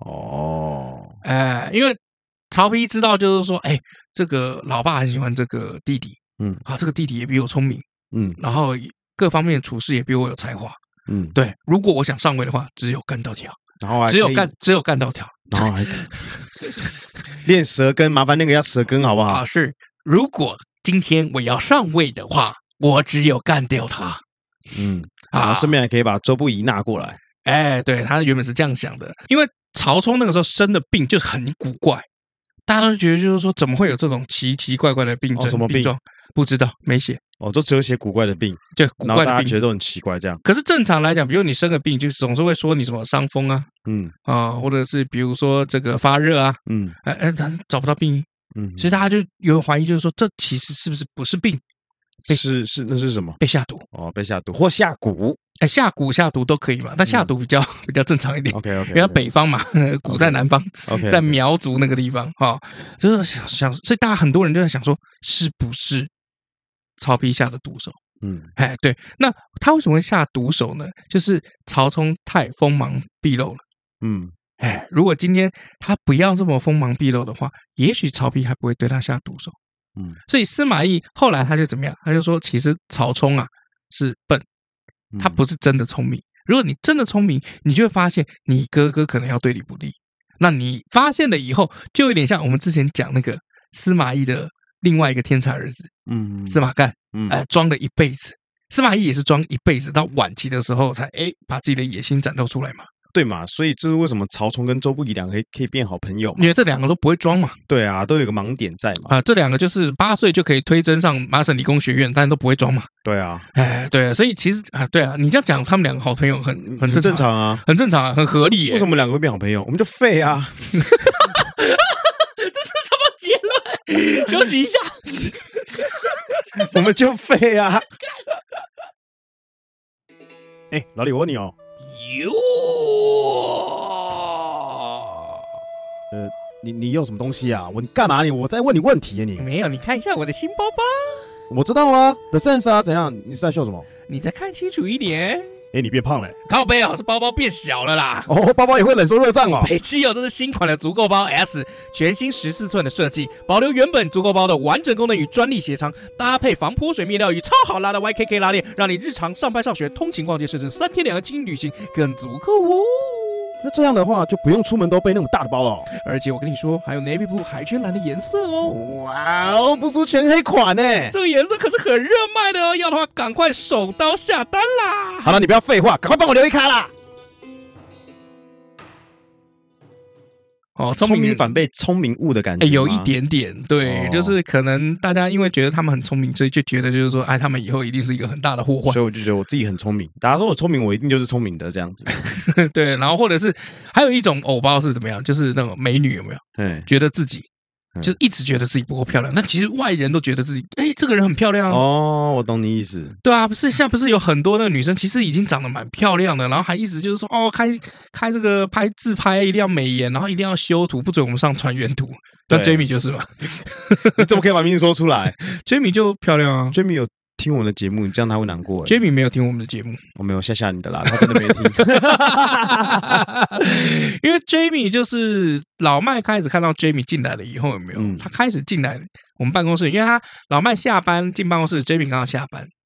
因为曹丕知道就是说，这个老爸很喜欢这个弟弟，这个弟弟也比我聪明，然后各方面处事也比我有才华，对，如果我想上位的话，只有干到条， 然后只有干到条， 然后还练舌根，麻烦那个要舌根好不好？ 是，如果今天我要上位的话，我只有干掉他， 然后顺便还可以把周不宜纳过来。 对，他原本是这样想的，因为曹冲那个时候生的病就很古怪，大家都觉得就是说怎么会有这种奇奇怪怪的病症？ 什么病？ 不知道，没写。 就只有写古怪的病， 对，古怪的病， 大家觉得都很奇怪这样。 可是正常来讲，比如你生个病，就总是会说你什么伤风啊，或者是比如说这个发热啊，他找不到病因，所以大家就有怀疑，就是说这其实是不是病？ 那是什么？ 被下毒被下毒或下蛊。 下毒都可以嘛，但下毒比较正常一点。 OK， 因为北方嘛，蛊在南方，在苗族那个地方，就是想，所以大家很多人就在想说，是不是曹丕下的毒手？对，那他为什么会下毒手呢？就是曹冲太锋芒毕露了。如果今天他不要这么锋芒毕露的话，也许曹丕还不会对他下毒手。所以司马懿后来他就怎么样？他就说，其实曹冲是笨。他不是真的聪明，如果你真的聪明，你就会发现你哥哥可能要对你不利。那你发现了以后，就有点像我们之前讲那个司马懿的另外一个天才儿子，司马干，装了一辈子。司马懿也是装一辈子，到晚期的时候才把自己的野心展露出来嘛。 对嘛，所以这是为什么曹冲跟周不宜两个可以变好朋友， 因为这两个都不会装嘛。 对啊，都有个盲点在嘛。 这两个就是8岁就可以推甄上麻省理工学院，但都不会装嘛。 对啊， 对啊，所以其实对啊，你这样讲，他们两个好朋友很正常啊， 很正常啊，很合理。 为什么两个会变好朋友？我们就废啊！ 这是什么结论？休息一下， 我们就废啊！老李，我问你哦。你有什么东西啊？你干嘛？我在问你问题啊！你没有？你看一下我的新包包。 我知道啊 ，The Sense 啊，怎样？你是在秀什么？ 你再看清楚一点。 你变胖了。 靠背是包包变小了啦。 包包也会冷缩热胀哦。 北七这是新款的足够包 S， 全新14寸的设计，保留原本足够包的完整功能与专利鞋长，搭配防泼水面料与超好拉的 YKK 拉链，让你日常上班上学、通勤逛街，甚至3天2夜轻旅行更足够哦。 那这样的话，就不用出门都背那种大的包了。 而且我跟你说，还有 Navy Blue 海军蓝的颜色哦。 哇哦，不出全黑款呢！ 这个颜色可是很热卖的哦，要的话赶快手刀下单啦！ 好了，你不要废话，赶快帮我留一卡啦！聪明反被聪明误的感觉， 有一点点，对，就是可能大家因为觉得他们很聪明，所以就觉得就是说，他们以后一定是一个很大的祸患。 所以我就觉得我自己很聪明，大家说我聪明，我一定就是聪明的这样子。 对，然后或者是还有一种偶包是怎么样，就是那种美女有没有？觉得自己就是一直觉得自己不够漂亮，但其实外人都觉得自己这个人很漂亮哦。我懂你意思。 对啊，不是现在不是有很多那个女生其实已经长得蛮漂亮的，然后还一直就是说开这个拍自拍一定要美颜，然后一定要修图，不准我们上传原图。但 Jamie 就是嘛， 你怎么可以把名字说出来 ？Jamie 就漂亮啊。 Jamie 有听我们的节目，你这样他会难过。 Jamie 没有听我们的节目， 我没有吓你的啦，他真的没听。 因为 Jamie 就是老麦开始看到 Jamie 进来了以后，有没有？他开始进来我们办公室，因为他老麦下班进办公室 ，Jamie 刚好下班，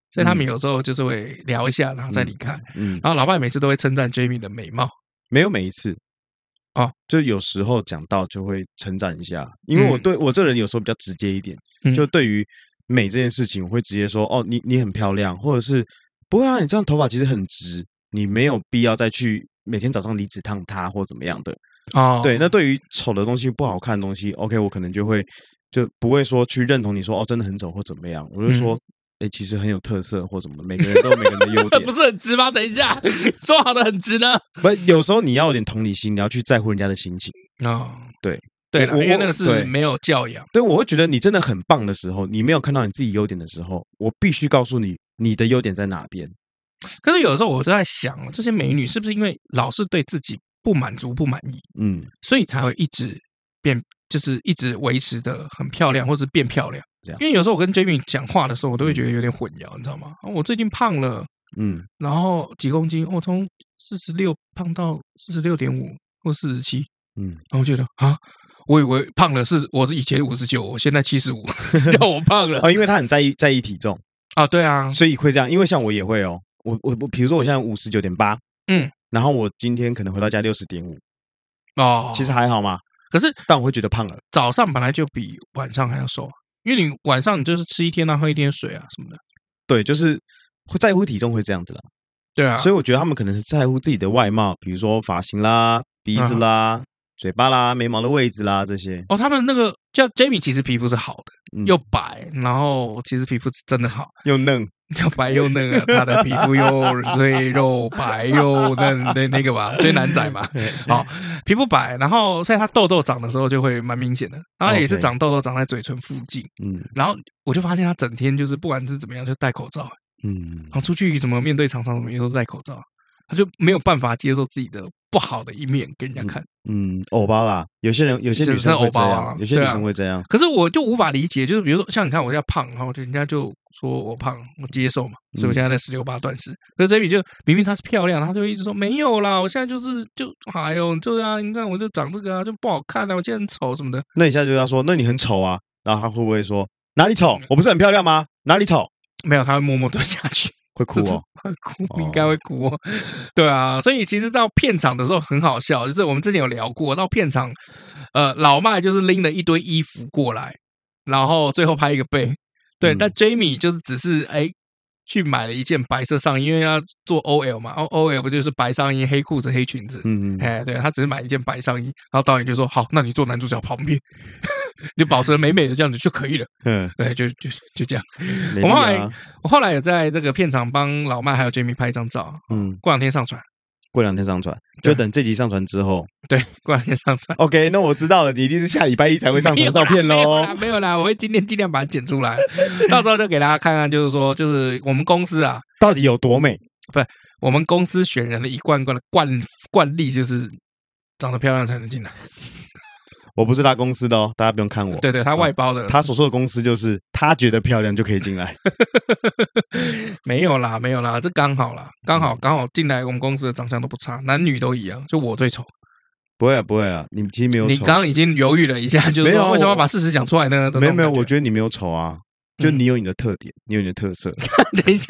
所以他们有时候就是会聊一下，然后再离开。然后老爸每次都会称赞 Jamie 的美貌， 没有每一次哦， 就有时候讲到就会称赞一下，因为我这人有时候比较直接一点，就对于美这件事情，我会直接说哦，你很漂亮，或者是不会啊，你这样头发其实很直，你没有必要再去每天早上离子烫它或怎么样的。哦，对，那对于丑的东西、不好看的东西 ，OK， 我可能就不会说去认同你说哦，真的很丑或怎么样，我就说，其实很有特色或什么，每个人都有每个人的优点， 不是很直吗？等一下，说好的很直呢？ 不，有时候你要有点同理心，你要去在乎人家的心情。哦，对对了，因为那个是没有教养。 对，我会觉得你真的很棒的时候，你没有看到你自己优点的时候，我必须告诉你你的优点在哪边。 可是有的时候我就在想，这些美女是不是因为老是对自己不满足、不满意，所以才会一直变，就是一直维持的很漂亮，或者是变漂亮。这样，因为有时候我跟 Jamie 讲话的时候，我都会觉得有点混淆，你知道吗？我最近胖了，然后几公斤，我从46胖到46.5或47，然后我觉得啊，我以为胖了我是以前59，我现在75，叫我胖了因为他很在意体重啊，对啊， 所以会这样。因为像我也会哦，我比如说我现在59.8，然后我今天可能回到家60.5，哦，其实还好嘛。 可是， 但我会觉得胖了。 早上本来就比晚上还要瘦，因为你晚上你就是吃一天啊，喝一天水啊什么的。 对，就是会在乎体重会这样子啦。 对啊， 所以我觉得他们可能是在乎自己的外貌，比如说发型啦、鼻子啦、嘴巴啦、眉毛的位置啦这些。 哦，他们那个叫 Jamie， 其实皮肤是好的，又白，然后其实皮肤是真的好， 又嫩。 又白又嫩啊，他的皮肤又脆肉白又嫩的那个吧，追男仔嘛。好，皮肤白，然后所以他痘痘长的时候就会蛮明显的，然后也是长痘痘长在嘴唇附近。然后我就发现他整天就是不管是怎么样就戴口罩，然后出去怎么面对厂商什么也都戴口罩，他就没有办法接受自己的不好的一面给人家看。 偶包啦，有些女生会这样，有些女生会这样。 可是我就无法理解，就是比如说像你看我要胖，然后人家就说我胖，我接受嘛，所以我现在在16.8断食。可是 Jamie 就明明她是漂亮，她就一直说没有啦，我现在就哎呦，对啊，你看我就长这个啊，就不好看啊，我现在很丑什么的。 那你现在就要说，那你很丑啊，然后他会不会说哪里丑？我不是很漂亮吗？哪里丑？ 没有，他会默默蹲下去。 会哭哦， 会哭，应该会哭哦。对啊，所以其实到片场的时候很好笑，就是我们之前有聊过，到片场，老麦就是拎了一堆衣服过来，然后最后拍一个背。对，但 Jamie 就是只是去买了一件白色上衣，因为要做 OL 嘛，OL 不就是白上衣、黑裤子、黑裙子？对，他只是买一件白上衣，然后导演就说：“好，那你坐男主角旁边，你就保持美美的这样子就可以了。”对，就这样。我后来有在这个片场帮老麦还有 Jamie 拍一张照，过两天上传。 就等这集上传之后， 对，过两天上传。 OK， 那我知道了，你一定是下礼拜一才会上传照片咯。 没有啦，我会今天尽量把它剪出来，到时候就给大家看看，就是说，就是我们公司啊， 到底有多美？ 不是，我们公司选人的一贯的惯例就是长得漂亮才能进来。 我不是他公司的哦，大家不用看我。 对，他外包的。 他所说的公司就是他觉得漂亮就可以进来。 没有啦，这刚好啦，刚好进来我们公司的长相都不差，男女都一样，就我最丑。 不会啊，你其实没有丑。 你刚刚已经犹豫了一下，就是说为什么要把事实讲出来呢？ 没有，我觉得你没有丑啊。就你有你的特点，你有你的特色。 等一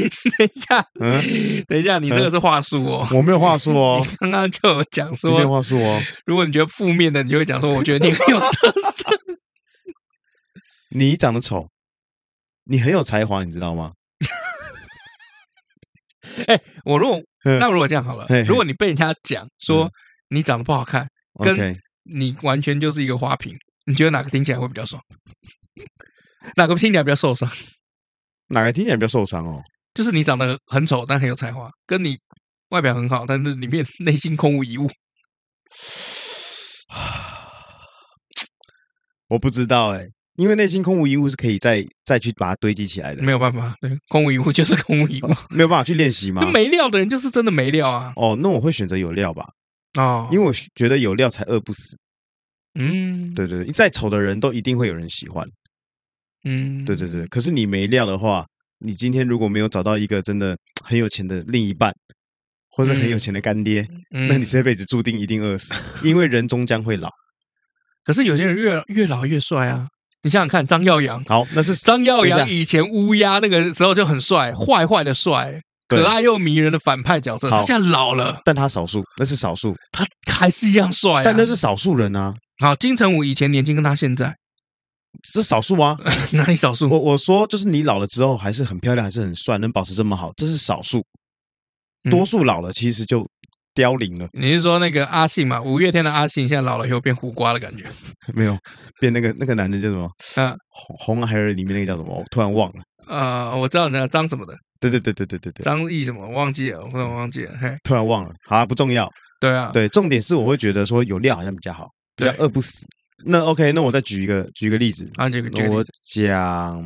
下，你这个是话术哦。 我没有话术哦。 你刚刚就有讲说没有话术哦。 如果你觉得负面的，你就会讲说，我觉得你很有特色。 你长得丑，你很有才华，你知道吗？ 如果这样好了，如果你被人家讲说你长得不好看，跟你完全就是一个花瓶，你觉得哪个听起来会比较爽？哪个听起来比较受伤？ 哪个听起来比较受伤哦？ 就是你长得很丑但很有才华，跟你外表很好但是里面内心空无一物。 我不知道因为内心空无一物是可以再去把它堆积起来的。 没有办法，对，空无一物就是空无一物， 没有办法去练习吗？ 没料的人就是真的没料啊。 哦，那我会选择有料吧。哦，因为我觉得有料才饿不死。对，再丑的人都一定会有人喜欢。对。可是你没料的话，你今天如果没有找到一个真的很有钱的另一半，或是很有钱的干爹，那你这辈子注定一定饿死，因为人终将会老。 可是有些人越老越帅啊。 你想想看，张耀扬， 好，那是张耀扬以前乌鸦那个时候就很帅，坏坏的帅，可爱又迷人的反派角色。他现在老了， 但他少数，那是少数， 他还是一样帅， 但那是少数人啊。 好，金城武以前年轻跟他现在， 这少数啊？ 哪里少数？ 我说就是你老了之后还是很漂亮，还是很帅，能保持这么好，这是少数。多数老了其实就凋零了。 你是说那个阿信嘛？五月天的阿信现在老了以后变胡瓜的感觉？ 没有，变那个男的叫什么？红孩儿里面那个叫什么？我突然忘了。 我知道那张什么的。 对， 张译什么？忘记了，我突然忘记了。 突然忘了，好，不重要。 对啊， 对，重点是我会觉得说有料好像比较好，比较饿不死。那 OK， 那我再举一个例子。我讲，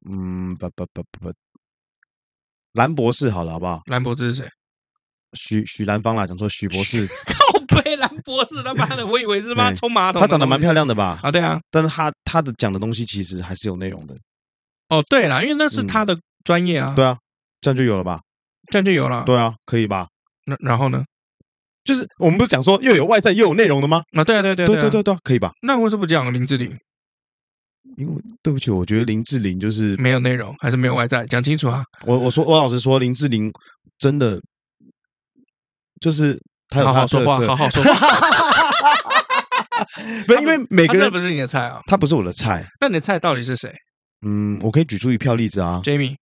兰博士好了，好不好？ 兰博士是谁？ 许兰芳啦，讲说许博士。 靠北兰博士，他妈的，我以为是妈冲马桶。 他长得蛮漂亮的吧？ 啊，对啊。 但是他的讲的东西其实还是有内容的。 哦，对啦，因为那是他的专业啊。 对啊，这样就有了吧？ 这样就有了。 对啊，可以吧？ 然后呢？ 就是我们不是讲说又有外在又有内容的吗？ 啊，对， 可以吧？ 那为什么不讲林志玲？ 因为对不起，我觉得林志玲就是没有内容，还是没有外在，讲清楚啊！ 我老实说，林志玲真的就是她有她的特色， 好好说话。 不是因为每个人不是你的菜啊， 他不是我的菜。 那你的菜到底是谁？ 我可以举出一票例子啊。Jamie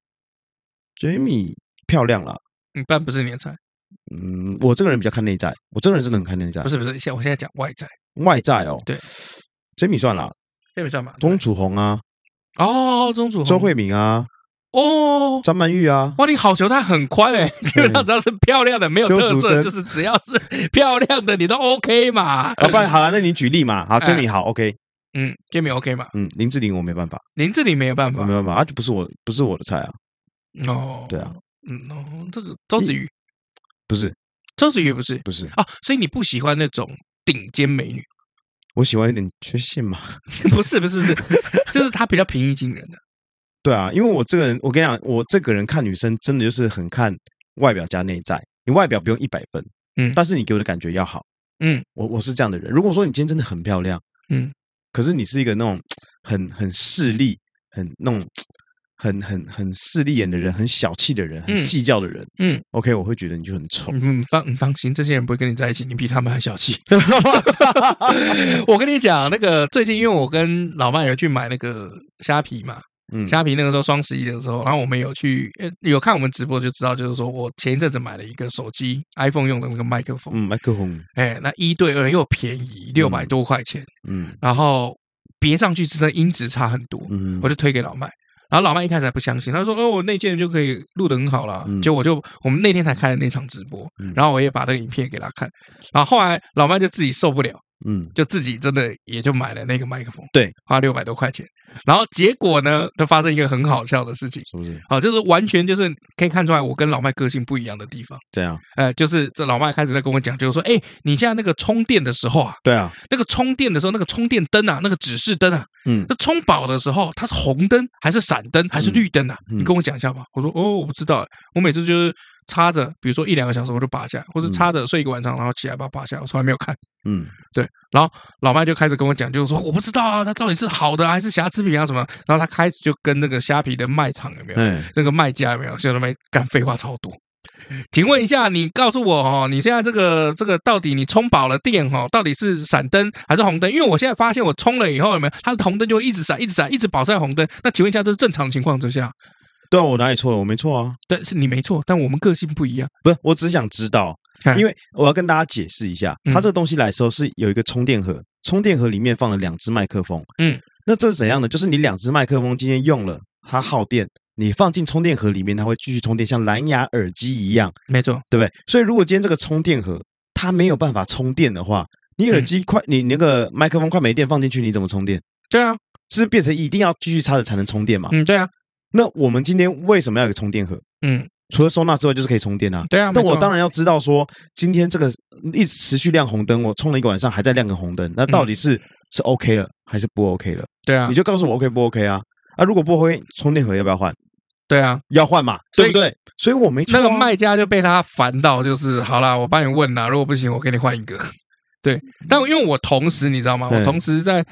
漂亮啦， 但不是你的菜。 我这个人比较看内在，我这个人真的很看内在。 不是，我现在讲外在。 外在哦， 对 ，Jamie 算啦 ，Jamie 算吧。 钟楚红啊， 钟楚红， 周慧敏啊，张曼玉啊， 哇，你好球带很宽欸，基本上只要是漂亮的，没有特色，就是只要是漂亮的，你都 OK 嘛。 不然好了，那你举例嘛。好 ，Jamie 好 OK。 Jamie OK 嘛。 林志玲我没办法， 林志玲没有办法， 没办法，就不是我的菜啊。对啊。 这个周子瑜不是， 周子瑜不是啊，所以你不喜欢那种顶尖美女？ 我喜欢有点缺陷嘛。 不是，就是她比较平易近人的。 对啊，因为我这个人，我跟你讲，我这个人看女生真的就是很看外表加内在。你外表不用100分，但是你给我的感觉要好。我是这样的人。如果说你今天真的很漂亮，可是你是一个那种很势利、很那种很势利眼的人，很小气的人，很计较的人，OK， 我会觉得你就很丑。 你放心，这些人不会跟你在一起，你比他们还小气。我跟你讲，那个最近因为我跟老麦有去买那个虾皮嘛。虾皮那个时候双11的时候，然后我们有看我们直播就知道，就是说我前一阵子买了一个手机 iPhone 用的那个麦克风， 麦克风， 那1对2又便宜，600多块钱，然后别上去真的音质差很多，我就推给老麦。然后老麦一开始还不相信，他说：“我内建就可以录得很好了。”结果我们那天才开的那场直播，然后我也把这个影片给他看，然后后来老麦就自己受不了，就自己真的也就买了那个麦克风， 对， 花600多块钱。然后结果呢，就发生一个很好笑的事情， 是不是？ 就是完全就是可以看出来我跟老麦个性不一样的地方。 这样， 就是这老麦开始在跟我讲，就是说，你现在那个充电的时候啊， 对啊， 那个充电的时候，那个充电灯啊，那个指示灯啊，那充饱的时候，它是红灯还是闪灯还是绿灯啊？你跟我讲一下吧。我说，我不知道，我每次就是插着，比如说1-2个小时我就拔下来，或是插着睡一个晚上，然后起来把它拔下来，我从来没有看。对，然后老麦就开始跟我讲，就是说我不知道啊，它到底是好的还是瑕疵品啊什么。然后他开始就跟那个虾皮的卖场有没有，那个卖家有没有，现在没干废话超多。请问一下，你告诉我你现在这个到底你充饱了电到底是闪灯还是红灯？因为我现在发现我充了以后有没有，它的红灯就会一直闪，一直闪，一直保在红灯。那请问一下，这是正常情况之下？ 对啊，我哪里错了？我没错啊。 对，是你没错，但我们个性不一样。 不是，我只是想知道，因为我要跟大家解释一下，它这个东西来的时候是有一个充电盒，充电盒里面放了2只麦克风。那这是怎样的？就是你2只麦克风今天用了，它耗电，你放进充电盒里面，它会继续充电，像蓝牙耳机一样。 没错， 对不对？所以如果今天这个充电盒它没有办法充电的话，你耳机你那个麦克风快没电，放进去你怎么充电？ 对啊， 是变成一定要继续插着才能充电嘛？ 对啊。 那我们今天为什么要有个充电盒？除了收纳之外，就是可以充电啊。 对啊， 但我当然要知道说，今天这个一直持续亮红灯，我充了一个晚上还在亮个红灯，那到底是 OK 了还是不 OK 了？ 对啊， 你就告诉我 OK 不 OK 啊？如果不 OK，充电盒要不要换？ 对啊， 要换嘛，对不对？所以我没错啊。 那个卖家就被他烦到，就是好啦，我帮你问啦，如果不行，我给你换一个。对，但因为我同时你知道吗？我同时在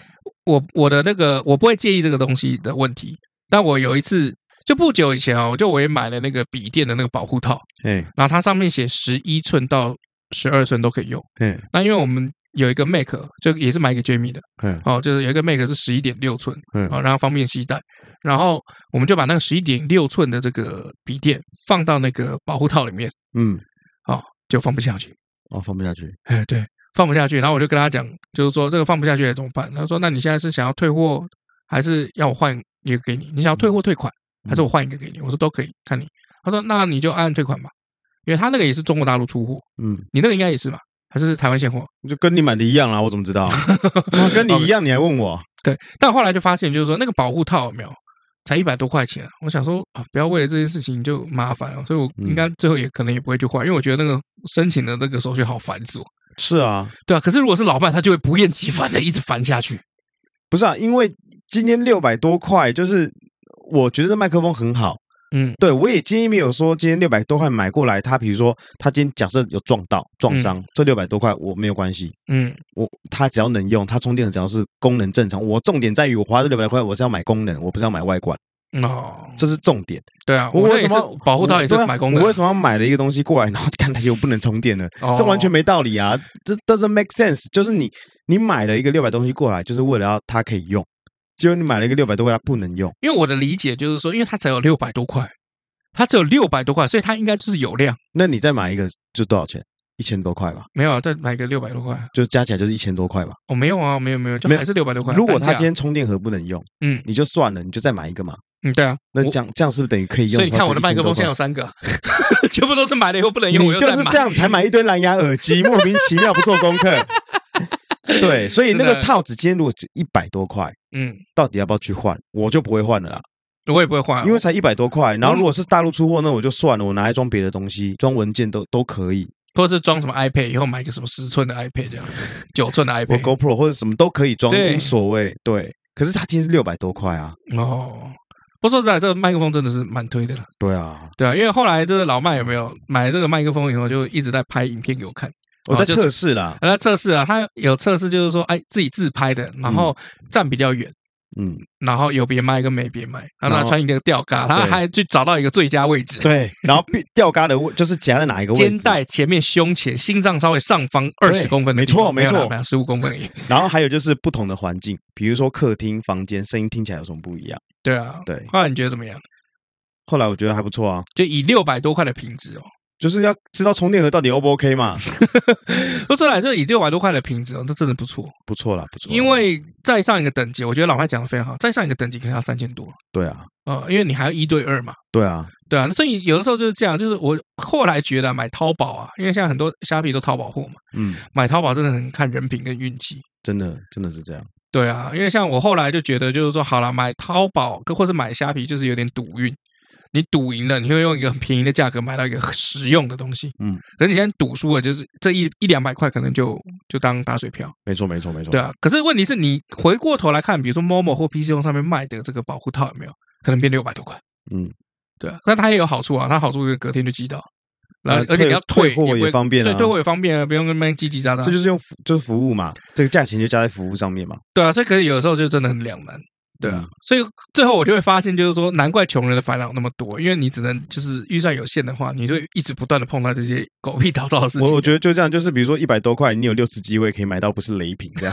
我的那个我不会介意这个东西的问题，但我有一次就不久以前啊，我也买了那个笔电的那个保护套，然后它上面写11寸到12寸都可以用，那因为我们有一个 Mac 就也是买给 Jamie 的，就是有一个 Mac 是11.6寸，然后方便携带，然后我们就把那个11.6寸的这个笔电放到那个保护套里面，就放不下去， 放不下去， 对。放不下去，然后我就跟他讲，就是说这个放不下去怎么办？他说：“那你现在是想要退货，还是要我换一个给你？你想要退货退款，还是我换一个给你？”我说：“都可以，看你。”他说：“那你就按退款吧，因为他那个也是中国大陆出货，你那个应该也是吧？还是台湾现货？ 就跟你买的一样啦，我怎么知道？跟你一样，你还问我？ 对，但后来就发现，就是说那个保护套有没有才100多块钱，我想说不要为了这件事情就麻烦所以我应该最后也可能也不会去换，因为我觉得那个申请的那个手续好繁琐。 是啊， 对啊，可是如果是老麦，他就会不厌其烦的一直烦下去。 不是啊，因为今天600多块，就是我觉得这麦克风很好，对我也今天没有说今天600多块买过来，他比如说他今天假设有撞伤，这600多块我没有关系，他只要能用，他充电只要是功能正常，我重点在于我花这600块，我是要买功能，我不是要买外观。这是重点。 对啊，我为什么保护套也是买功能？ 我为什么要买了一个东西过来，然后看它又不能充电呢？这完全没道理啊！这 doesn't make sense。就是你买了一个600东西过来，就是为了要它可以用，结果你买了一个600多块，它不能用。 因为我的理解就是说，因为它只有600多块，它只有600多块，所以它应该就是有量。 那你再买一个就多少钱？1000多块吧？ 没有，再买一个600多块， 就加起来就是1000多块吧？ 没有啊，没有，就还是600多块。 如果它今天充电盒不能用，你就算了，你就再买一个嘛。 对啊， 那这样是不是等于可以用？ 所以你看我的麦克风现在有3个，全部都是买了以后不能用。 你就是这样才买一堆蓝牙耳机，莫名其妙不做功课。对，所以那个套子今天如果只100多块，到底要不要去换？我就不会换了啦。 我也不会换， 因为才100多块。然后如果是大陆出货，那我就算了，我拿来装别的东西，装文件都可以。 或者是装什么 iPad， 以后买一个什么10寸的 iPad 这样，9寸的 iPad， 或 GoPro 或者什么都可以装，无所谓。对，可是它今天是600多块啊。 不说实在，这个麦克风真的是蛮推的了。 对啊， 因为后来就是老麦有没有买这个麦克风以后，就一直在拍影片给我看。 我在测试啦， 他测试啊，他有测试，就是说，自己自拍的，然后站比较远，然后有别麦跟没别麦，然后他穿一个吊嘎，他还去找到一个最佳位置。 对，然后吊嘎的就是夹在哪一个位置？ 肩带前面、胸前、心脏稍微上方20公分的地方。 没错 ，15公分而已。 然后还有就是不同的环境，比如说客厅、房间，声音听起来有什么不一样？ 对啊，对。后来你觉得怎么样？ 后来我觉得还不错啊， 就以600多块的品质就是要知道充电盒到底 O 不 OK 嘛？ 说出来就以600多块的品质这真的不错， 不错啦。 因为再上一个等级，我觉得老麦讲的非常好，再上一个等级可能要3000多。 对啊， 因为你还要1对2嘛。 对啊， 所以有的时候就是这样，就是我后来觉得买淘宝因为现在很多虾皮都淘宝货嘛，买淘宝真的很看人品跟运气， 真的是这样。 对啊，因为像我后来就觉得，就是说好了，买淘宝或是买虾皮，就是有点赌运。你赌赢了，你会用一个很便宜的价格买到一个实用的东西，可是你现在赌输了，就是这100-200块可能就当打水漂。 没错。 对啊，可是问题是你回过头来看，比如说 Momo 或 PC 上面卖的这个保护套有没有可能变600多块？对啊，但它也有好处啊，它好处是隔天就寄到，而且你要退货也方便啊， 对，退货也方便啊，不用跟那边叽叽喳喳。 这就是服务嘛，这个价钱就加在服务上面嘛。 对啊，所以可是有的时候就真的很两难。对啊，所以最后我就会发现，就是说，难怪穷人的烦恼那么多，因为你只能就是预算有限的话，你就一直不断的碰到这些狗屁倒灶的事情。 我觉得就这样，就是比如说100多块，你有6次机会可以买到不是雷品这样，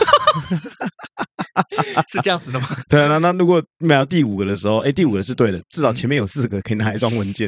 是这样子的吗？ 对啊，那如果买到第5个的时候，第5个是对的，至少前面有4个可以拿来装文件。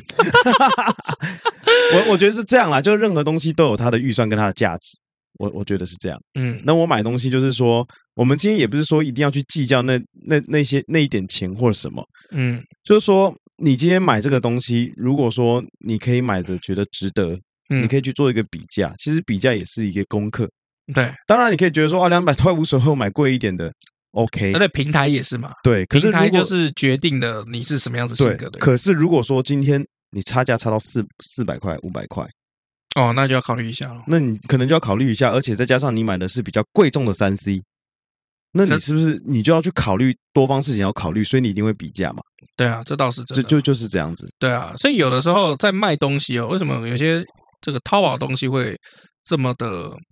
我觉得是这样啦，就任何东西都有它的预算跟它的价值。我觉得是这样，那我买东西就是说，我们今天也不是说一定要去计较那一点钱或者什么，就是说你今天买这个东西，如果说你可以买的觉得值得，你可以去做一个比价，其实比价也是一个功课。 对， 当然你可以觉得说200块无所谓，我买贵一点的 OK， 而且平台也是嘛， 对，可是平台就是决定了你是什么样子性格的。 可是如果说今天你差价差到400块、500块。 那就要考虑一下了。 那你可能就要考虑一下，而且再加上你买的是比较贵重的3C，那你是不是你就要去考虑多方事情要考虑，所以你一定会比价嘛？ 对啊，这倒是真的， 就是这样子。 对啊，所以有的时候在卖东西为什么有些这个淘宝东西会这么的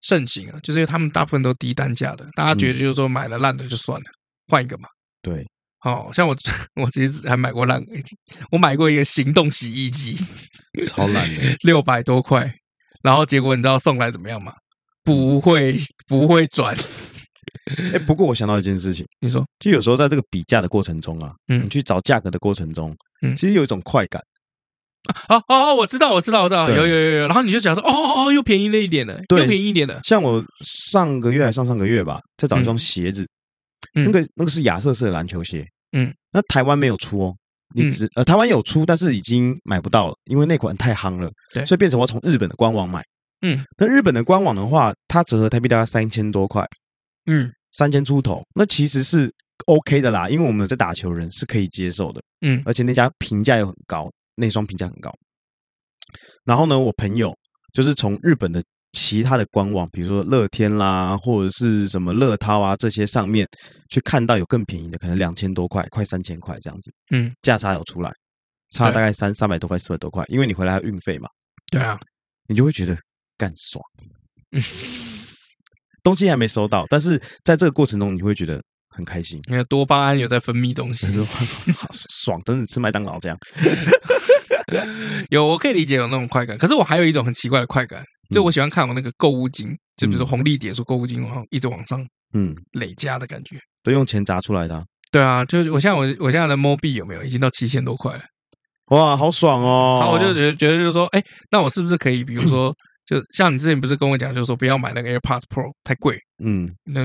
盛行啊，就是因为他们大部分都低单价的，大家觉得就是说买了烂的就算了，换一个嘛。 对， 像我其实还买过烂，我买过一个行动洗衣机， 超烂的 ，600多块，然后结果你知道送来怎么样吗？不会转。 不过我想到一件事情， 你说， 就有时候在这个比价的过程中啊，你去找价格的过程中，其实有一种快感。 我知道，有，然后你就讲说，又便宜了一点了，又便宜一点了。 像我上个月还上个月吧，在找一双鞋子，那个是亚瑟士的篮球鞋，那台湾没有出哦，台湾有出，但是已经买不到了，因为那款太夯了， 对， 所以变成我从日本的官网买，那日本的官网的话，它折合台币大概3000多块，3000出头，那其实是 OK 的啦，因为我们在打球人是可以接受的，而且那家评价又很高。那双评价很高，然后呢，我朋友就是从日本的其他的官网，比如说乐天啦，或者是什么乐淘啊这些上面去看到有更便宜的，可能2000多块，快3000块这样子，价差有出来，差大概300多块、400多块，因为你回来还有运费嘛， 对啊， 你就会觉得干爽，东西还没收到，但是在这个过程中你会觉得很开心， 因为多巴胺有在分泌东西， 好爽，真的吃麦当劳这样。 有，我可以理解有那种快感，可是我还有一种很奇怪的快感，就我喜欢看我那个购物金，就比如说红利点数购物金一直往上累加的感觉， 都用钱砸出来的啊。 对啊，就是我现在的 Mobi 有没有已经到7000多块了？ 哇，好爽哦！ 然后我就觉得就是说，那我是不是可以，比如说，就像你之前不是跟我讲，就是说不要买那个 AirPods Pro 太贵，那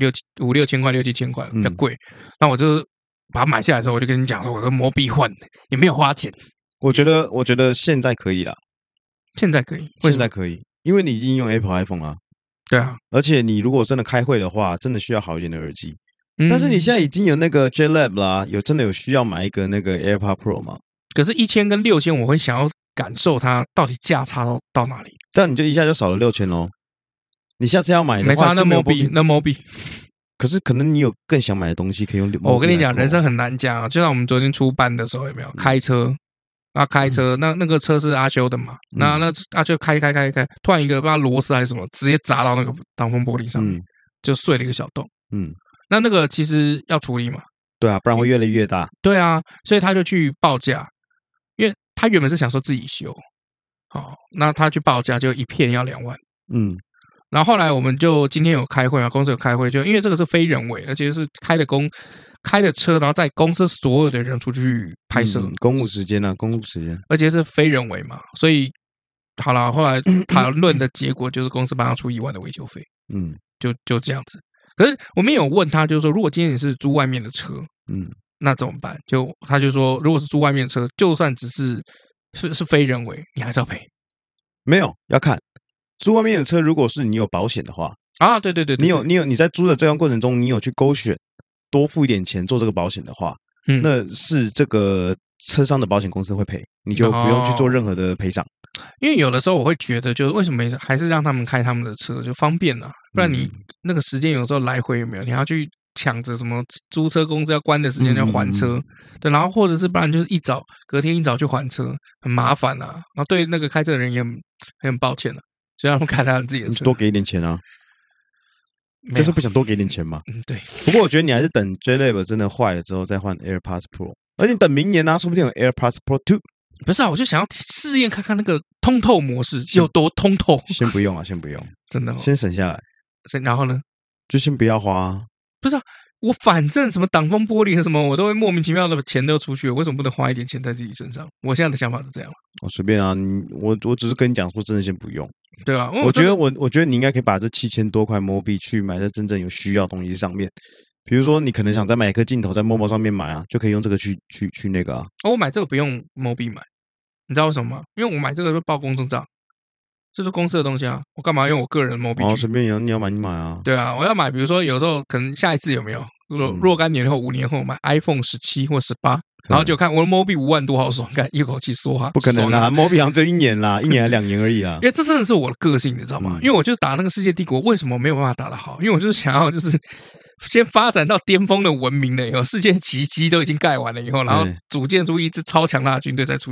5、6千块、6、7千块比较贵，那我就把它买下来的时候，我就跟你讲说，我跟Mobi换也没有花钱。我觉得现在可以啦， 现在可以， 现在可以，因为你已经用 Apple iPhone 啦。 对啊， 而且你如果真的开会的话，真的需要好一点的耳机。但是你现在已经有那个 JLab 啦，真的有需要买一个那个 AirPods Pro 吗？ 可是1000跟6000，我会想要感受它到底价差到哪里。 这样你就一下就少了6000咯。你下次要买的话， 没差，那 Mobi。 可是可能你有更想买的东西可以用。 我跟你讲，人生很难讲啊。就像我们昨天出班的时候，有没有开车？开车，那个车是阿修的嘛？那阿修开，突然一个不知道螺丝还是什么，直接砸到那个挡风玻璃上面，就碎了一个小洞。那个其实要处理嘛？ 对啊，不然会越来越大。 对啊，所以他就去报价，因为他原本是想说自己修，好，那他去报价就一片要2万。然后后来我们就今天有开会嘛，公司有开会，就因为这个是非人为，而且是开的车，然后在公司所有的人出去拍摄， 公务时间， 而且是非人为嘛，所以好了，后来讨论的结果就是公司帮他出1万的维修费，就这样子。可是我们也有问他，就是说，如果今天你是租外面的车，那怎么办？他就说，如果是租外面的车，就算只是非人为，你还是要赔。 没有，要看租外面的车，如果是你有保险的话啊，对， 你在租的这段过程中，你有去勾选多付一点钱做这个保险的话，那是这个车商的保险公司会赔，你就不用去做任何的赔偿。 因为有的时候我会觉得，就是为什么还是让他们开他们的车就方便啊？不然你那个时间有时候来回有没有？你还要去抢着什么租车公司要关的时间要还车，对，然后或者是不然就是隔天一早去还车，很麻烦啊。然后对那个开车的人也很抱歉了，所以让他们开他自己的车， 多给一点钱啊。这是不想多给点钱吗？ 对。 不过我觉得你还是等 JLab 真的坏了之后再换 AirPods Pro， 而且等明年啊，说不定有 AirPods Pro 2。 不是啊，我就想要试验看看那个通透模式有多通透。 先不用， 真的， 先省下来。 然后呢， 就先不要花啊。 不是啊，我反正什么挡风玻璃和什么，我都会莫名其妙的钱都出去，为什么不能花一点钱在自己身上？我现在的想法是这样。 我随便啊，我只是跟你讲说，真的先不用。 对啊， 我觉得你应该可以把这7000多块 Mobi 去买在真正有需要的东西上面。比如说，你可能想再买一颗镜头，在 Momo 上面买啊，就可以用这个去那个啊。 我买这个不用 Mobi 买，你知道为什么吗？因为我买这个就报公司账，这是公司的东西啊，我干嘛用我个人的 Mobi？随便你要买你买啊。 对啊，我要买，比如说有时候可能下一次有没有若干年后5年后买 iPhone 17或18，然后就看我的 Mobi 5万多，好爽，看一口气说哈， 不可能啦，Mobi 好像只有1年啦，1年还2年而已啦。 因为这真的是我的个性，你知道吗？因为我就是打那个世界帝国，为什么没有办法打得好？因为我就是想要就是先发展到巅峰的文明了以后，世界奇迹都已经盖完了以后，然后组建出一支超强大的军队再出去。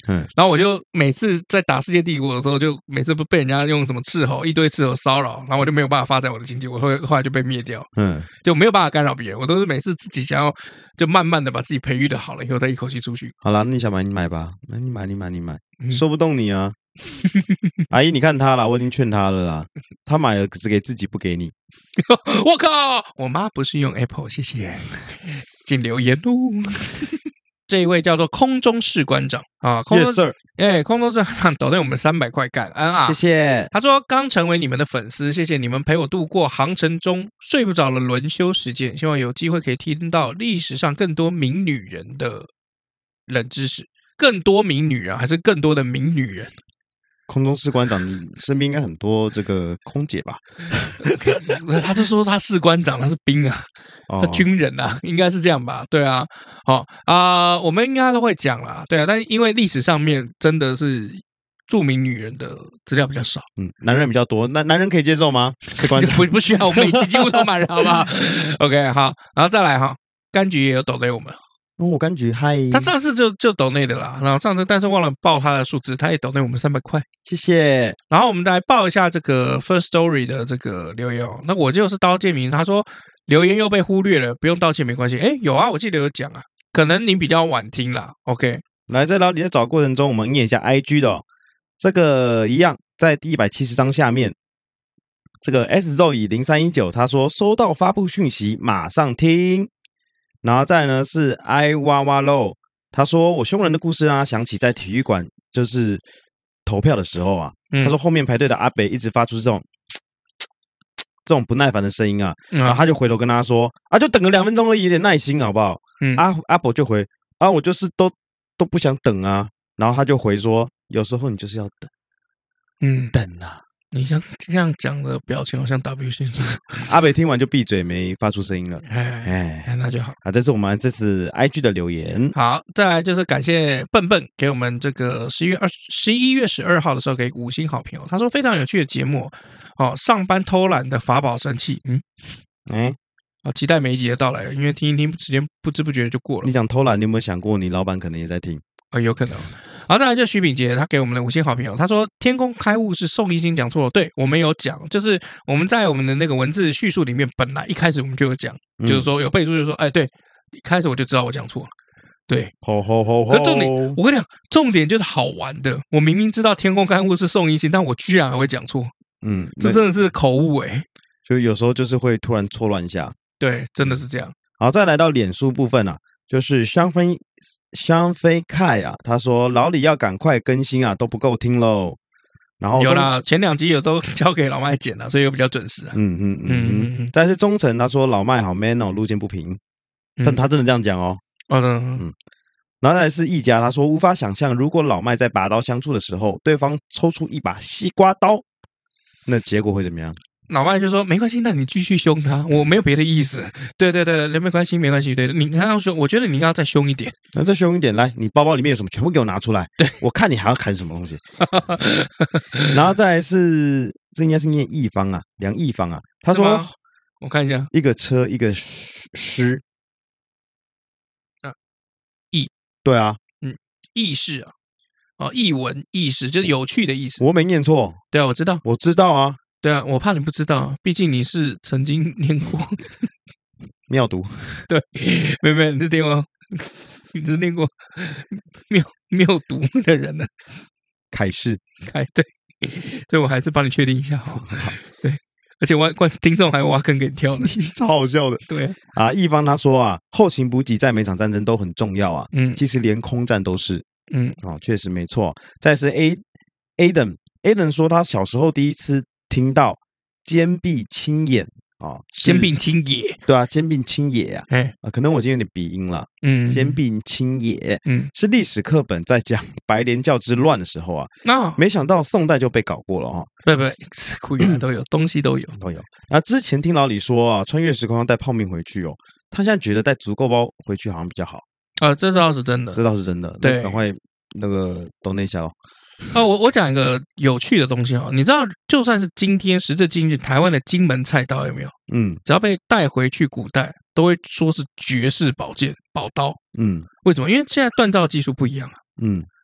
然后我就每次在打世界帝国的时候，就每次不被人家用什么斥候一堆斥候骚扰，然后我就没有办法发展我的经济，我后来就被灭掉，就没有办法干扰别人，我都是每次自己想要就慢慢的把自己培育的好了以后再一口气出去。 好了，你想买你买吧，你买，说不动你啊。阿姨，你看他啦，我已经劝他了啦，他买了只给自己不给你。 我靠，我妈不是用 Apple， 谢谢，请留言喽。这一位叫做空中士官长啊，空中 Yes sir， 空中士官长抖内我们300块感恩啊， 谢谢。 他说刚成为你们的粉丝，谢谢你们陪我度过航程中睡不着的轮休时间，希望有机会可以听到历史上更多名女人的冷知识，更多名女人还是更多的名女人？ 空中士官长，你身边应该很多这个空姐吧？ 他就说他士官长，他是兵啊，他军人啊，应该是这样吧？对啊，好我们应该都会讲啦，对啊，但因为历史上面真的是著名女人的资料比较少， 男人比较多，那男人可以接受吗？士官长不需要，我们每期几乎都满人，好不好 ？OK， 好，然后再来哈，柑橘也有抖给我们。 我柑橘嗨， 他上次就抖内的啦，然后上次但是忘了报他的数字，他也抖内我们300块， 谢谢。 然后我们来报一下这个 First Story 的这个留言哦。那我就是刀剑明，他说留言又被忽略了，不用道歉没关系。哎，有啊，我记得有讲啊，可能你比较晚听啦。OK， 来在老李在找过程中，我们念一下 IG 的这个一样，在第170章下面，这个 SZOE0319 他说收到发布讯息，马上听。然后再来呢是 I 哇哇喽，他说我凶人的故事啊，想起在体育馆就是投票的时候啊，他说后面排队的阿北一直发出这种不耐烦的声音啊，然后他就回头跟他说啊，就等个2分钟而已，有点耐心好不好？阿伯就回啊，我就是都不想等啊，然后他就回说，有时候你就是要等，等啊。 你像这样讲的表情好像 W 先生。 阿北听完就闭嘴，没发出声音了。 那就好啊，这是我们这次 IG 的留言。 好，再来就是感谢笨笨给我们这个11月12号的时候给5星好评哦。他说非常有趣的节目哦，上班偷懒的法宝神器。期待每一集的到来，因为听一听时间不知不觉就过了。 你讲偷懒，你有没有想过你老板可能也在听？ 有可能。好，再来就徐炳杰，他给我们的5星好评哦。他说天空开悟是宋一星讲错了，对我们有讲，就是我们在我们的那个文字叙述里面，本来一开始我们就有讲，就是说有备注，就是说，对，一开始我就知道我讲错了，对。可重点，我跟你讲，重点就是好玩的，我明明知道天空开悟是宋一星，但我居然还会讲错，这真的是口误就有时候就是会突然错乱一下， 对，真的是这样。 好，再来到脸书部分啊。就是香妃凯啊，他说老李要赶快更新啊，都不够听喽。然后有啦，前2集有都交给老麦剪了，所以又比较准时啊。 再是忠诚，他说老麦好 man 哦，路见不平，但他真的这样讲哦。然后再来是一家，他说无法想象，如果老麦在拔刀相助的时候，对方抽出一把西瓜刀，那结果会怎么样？ 老麦就说没关系，那你继续凶他，我没有别的意思。对，没关系，对，你还要凶，我觉得你应该要再凶一点。 那再凶一点，来，你包包里面有什么，全部给我拿出来。 对， 我看你还要砍什么东西。然后再来是，这应该是念一方啊，梁一方啊。他说， 我看一下， 一个车，一个诗。 意， 对啊， 意识啊，译文意识就是有趣的意思。 我没念错。 对啊，我知道啊。 对啊，我怕你不知道，毕竟你是曾经念过妙读。 对，没，你是念过，你是念过妙读的人呢。 凯氏， 对，这我还是帮你确定一下哈。对，而且听众还挖坑给你跳呢， 超好笑的。 对啊，一方他说啊，后勤补给在每场战争都很重要啊。其实连空战都是。确实没错。再是 Aden 说他小时候第一次听到肩臂青眼肩并青野， 对啊，肩并青野啊，可能我今天有点鼻音了，肩并青野，是历史课本在讲白莲教之乱的时候啊，没想到宋代就被搞过了哈， 不，原来都有，东西都有。 那之前听老李说啊，穿越时空要带泡面回去哦，他现在觉得带足够包回去好像比较好这倒是真的， 对，赶快那个抖那一下哦。 我讲一个有趣的东西你知道，就算是今天时至今日，台湾的金门菜刀有没有？只要被带回去古代，都会说是绝世宝剑宝刀。为什么？因为现在锻造技术不一样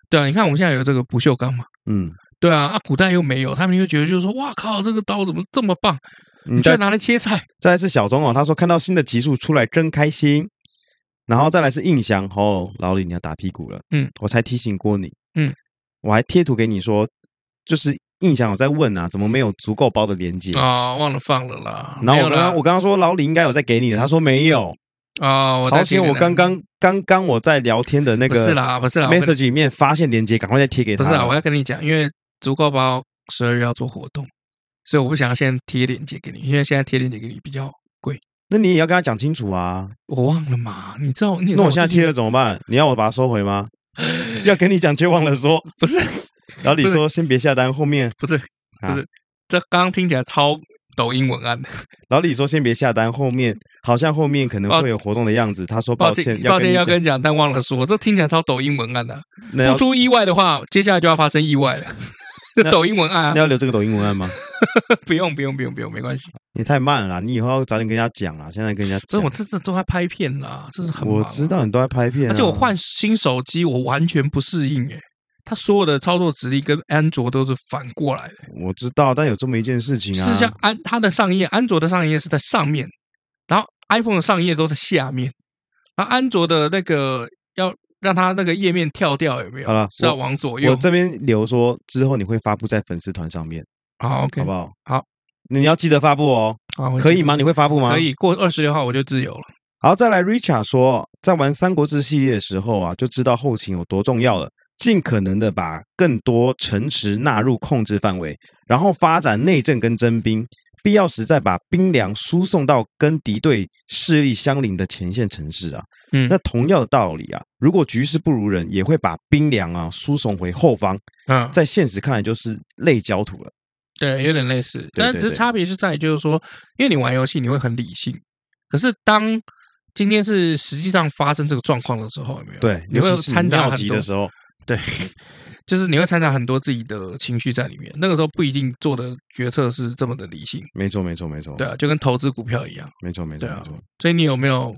对啊，你看我们现在有这个不锈钢嘛，对啊，古代又没有，他们就觉得就是说，哇靠，这个刀怎么这么棒？你居然拿来切菜。 再来是小钟哦，他说看到新的集数出来真开心。然后再来是印象哦，老李你要打屁股了，我才提醒过你，我还贴图给你说，就是印象我在问啊，怎么没有足够包的连接啊？忘了放了啦。 然后我刚刚说老李应该有在给你的，他说没有啊。 好险，我刚刚我在聊天的那个不是啦 message 里面发现连接，赶快再贴给他。 不是啦，我要跟你讲，因为足够包12月要做活动，所以我不想要先贴链接给你，因为现在贴链接给你比较贵。那你也要跟他讲清楚啊！ 我忘了嘛，你知道？ 那我现在贴了怎么办？你要我把它收回吗？要跟你讲却忘了说， 不是。 然后你说先别下单，后面不是，这刚刚听起来超抖音文案的。 然后你说先别下单，后面好像后面可能会有活动的样子。他说抱歉要跟你讲，但忘了说，这听起来超抖音文案的。不出意外的话，接下来就要发生意外了。抖音文案啊？ 你要留这个抖音文案吗？ 不用，没关系。 你太慢了啦，你以后要早点跟人家讲啦。现在跟人家讲， 我这次都在拍片啦，这是很忙。我知道你都在拍片， 而且我换新手机，我完全不适应诶。它所有的操作指令跟安卓都是反过来的。 我知道，但有这么一件事情啊， 是像它的上页，安卓的上页是在上面，然后 iPhone 的上页都在下面，然后安卓的那个要让它那个页面跳掉，有没有？ 好了， 是要往左右。 我这边留说之后你会发布在粉丝团上面。 好 ，OK， 好不好？ 好， 你要记得发布哦。可以吗？你会发布吗？ 可以，过26号我就自由了。 好，再来 Richard 说，在玩三国志系列的时候啊，就知道后勤有多重要了。尽可能的把更多城池纳入控制范围，然后发展内政跟征兵，必要时再把兵粮输送到跟敌对势力相邻的前线城市啊。那同样的道理啊，如果局势不如人，也会把兵粮啊输送回后方。在现实看来就是类焦土了。 对，有点类似，但只是差别就在于就是说，因为你玩游戏你会很理性，可是当今天是实际上发生这个状况的时候，有没有？ 对， 你会掺杂很多的时候。 对，就是你会掺杂很多自己的情绪在里面，那个时候不一定做的决策是这么的理性。 没错。 对啊，就跟投资股票一样。 没错。 对啊，所以你有没有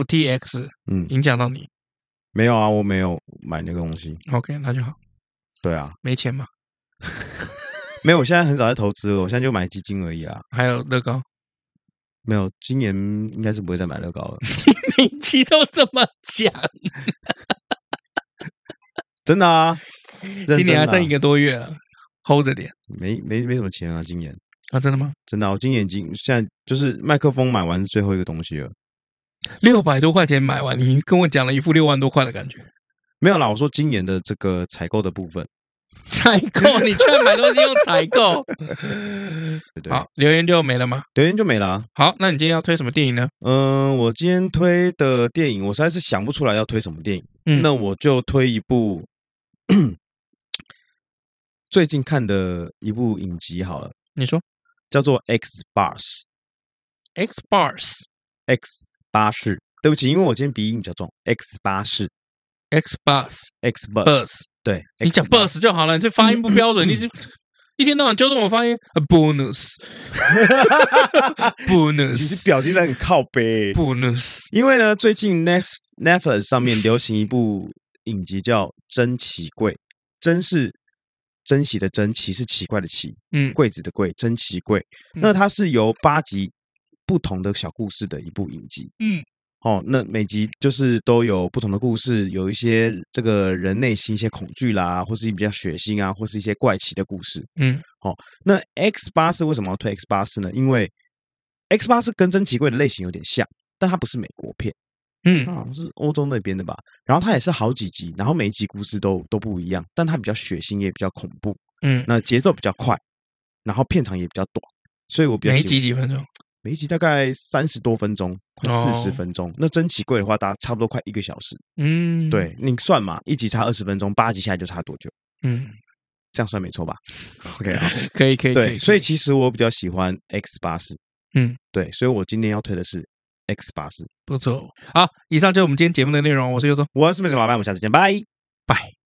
FTX 影响到你？ 没有啊，我没有买那个东西。 OK， 那就好。 对啊， 没钱嘛？ 没有，我现在很少在投资了，我现在就买基金而已啊。 还有乐高？ 没有，今年应该是不会再买乐高了。 每期都这么讲。 真的啊， 今年还剩1个多月啊 ，hold 着点。 没什么钱啊，今年啊，真的吗？ 真的啊，我今年现在就是麦克风买完是最后一个东西了 ，600多块钱买完，你跟我讲了一副6万多块的感觉。 没有啦，我说今年的这个采购的部分。 采购？你居然买东西用采购？ 对。 好，留言就没了吗？ 留言就没了啊。 好，那你今天要推什么电影呢？ 我今天推的电影，我实在是想不出来要推什么电影。那我就推一部最近看的一部影集好了。 你说， 叫做 X Bars。X巴士。对不起，因为我今天鼻音比较重。X 巴士。 X Bus。 对， 你讲 bus 就好了，你这发音不标准，你是一天到晚纠正我发音。bonus， 你是表现在很靠北。 bonus， 因为呢，最近 Netflix 上面流行一部影集叫《珍奇柜》，珍是珍惜的珍，奇是奇怪的奇，柜子的柜，珍奇柜。那它是由8集不同的小故事的一部影集。那每集就是都有不同的故事，有一些这个人内心一些恐惧啦，或是比较血腥啊，或是一些怪奇的故事。那 X 巴士为什么要推 X 巴士呢？因为 X 巴士跟珍奇柜的类型有点像，但它不是美国片，它好像是欧洲那边的吧。然后它也是好几集，然后每一集故事都不一样，但它比较血腥，也比较恐怖。那节奏比较快，然后片长也比较短，所以我比较喜欢。 每一集几分钟？ 每一集大概30多分钟，快40分钟。那珍奇柜的话，差不多快1个小时。对，你算嘛，一集差20分钟，8集下来就差多久？这样算没错吧 ？OK 啊， 可以。 对，所以其实我比较喜欢 X 巴士。对，所以我今天要推的是 X 巴士。 不错。好，以上就是我们今天节目的内容。我是尤总， 我是美食老板，我们下次见，拜拜。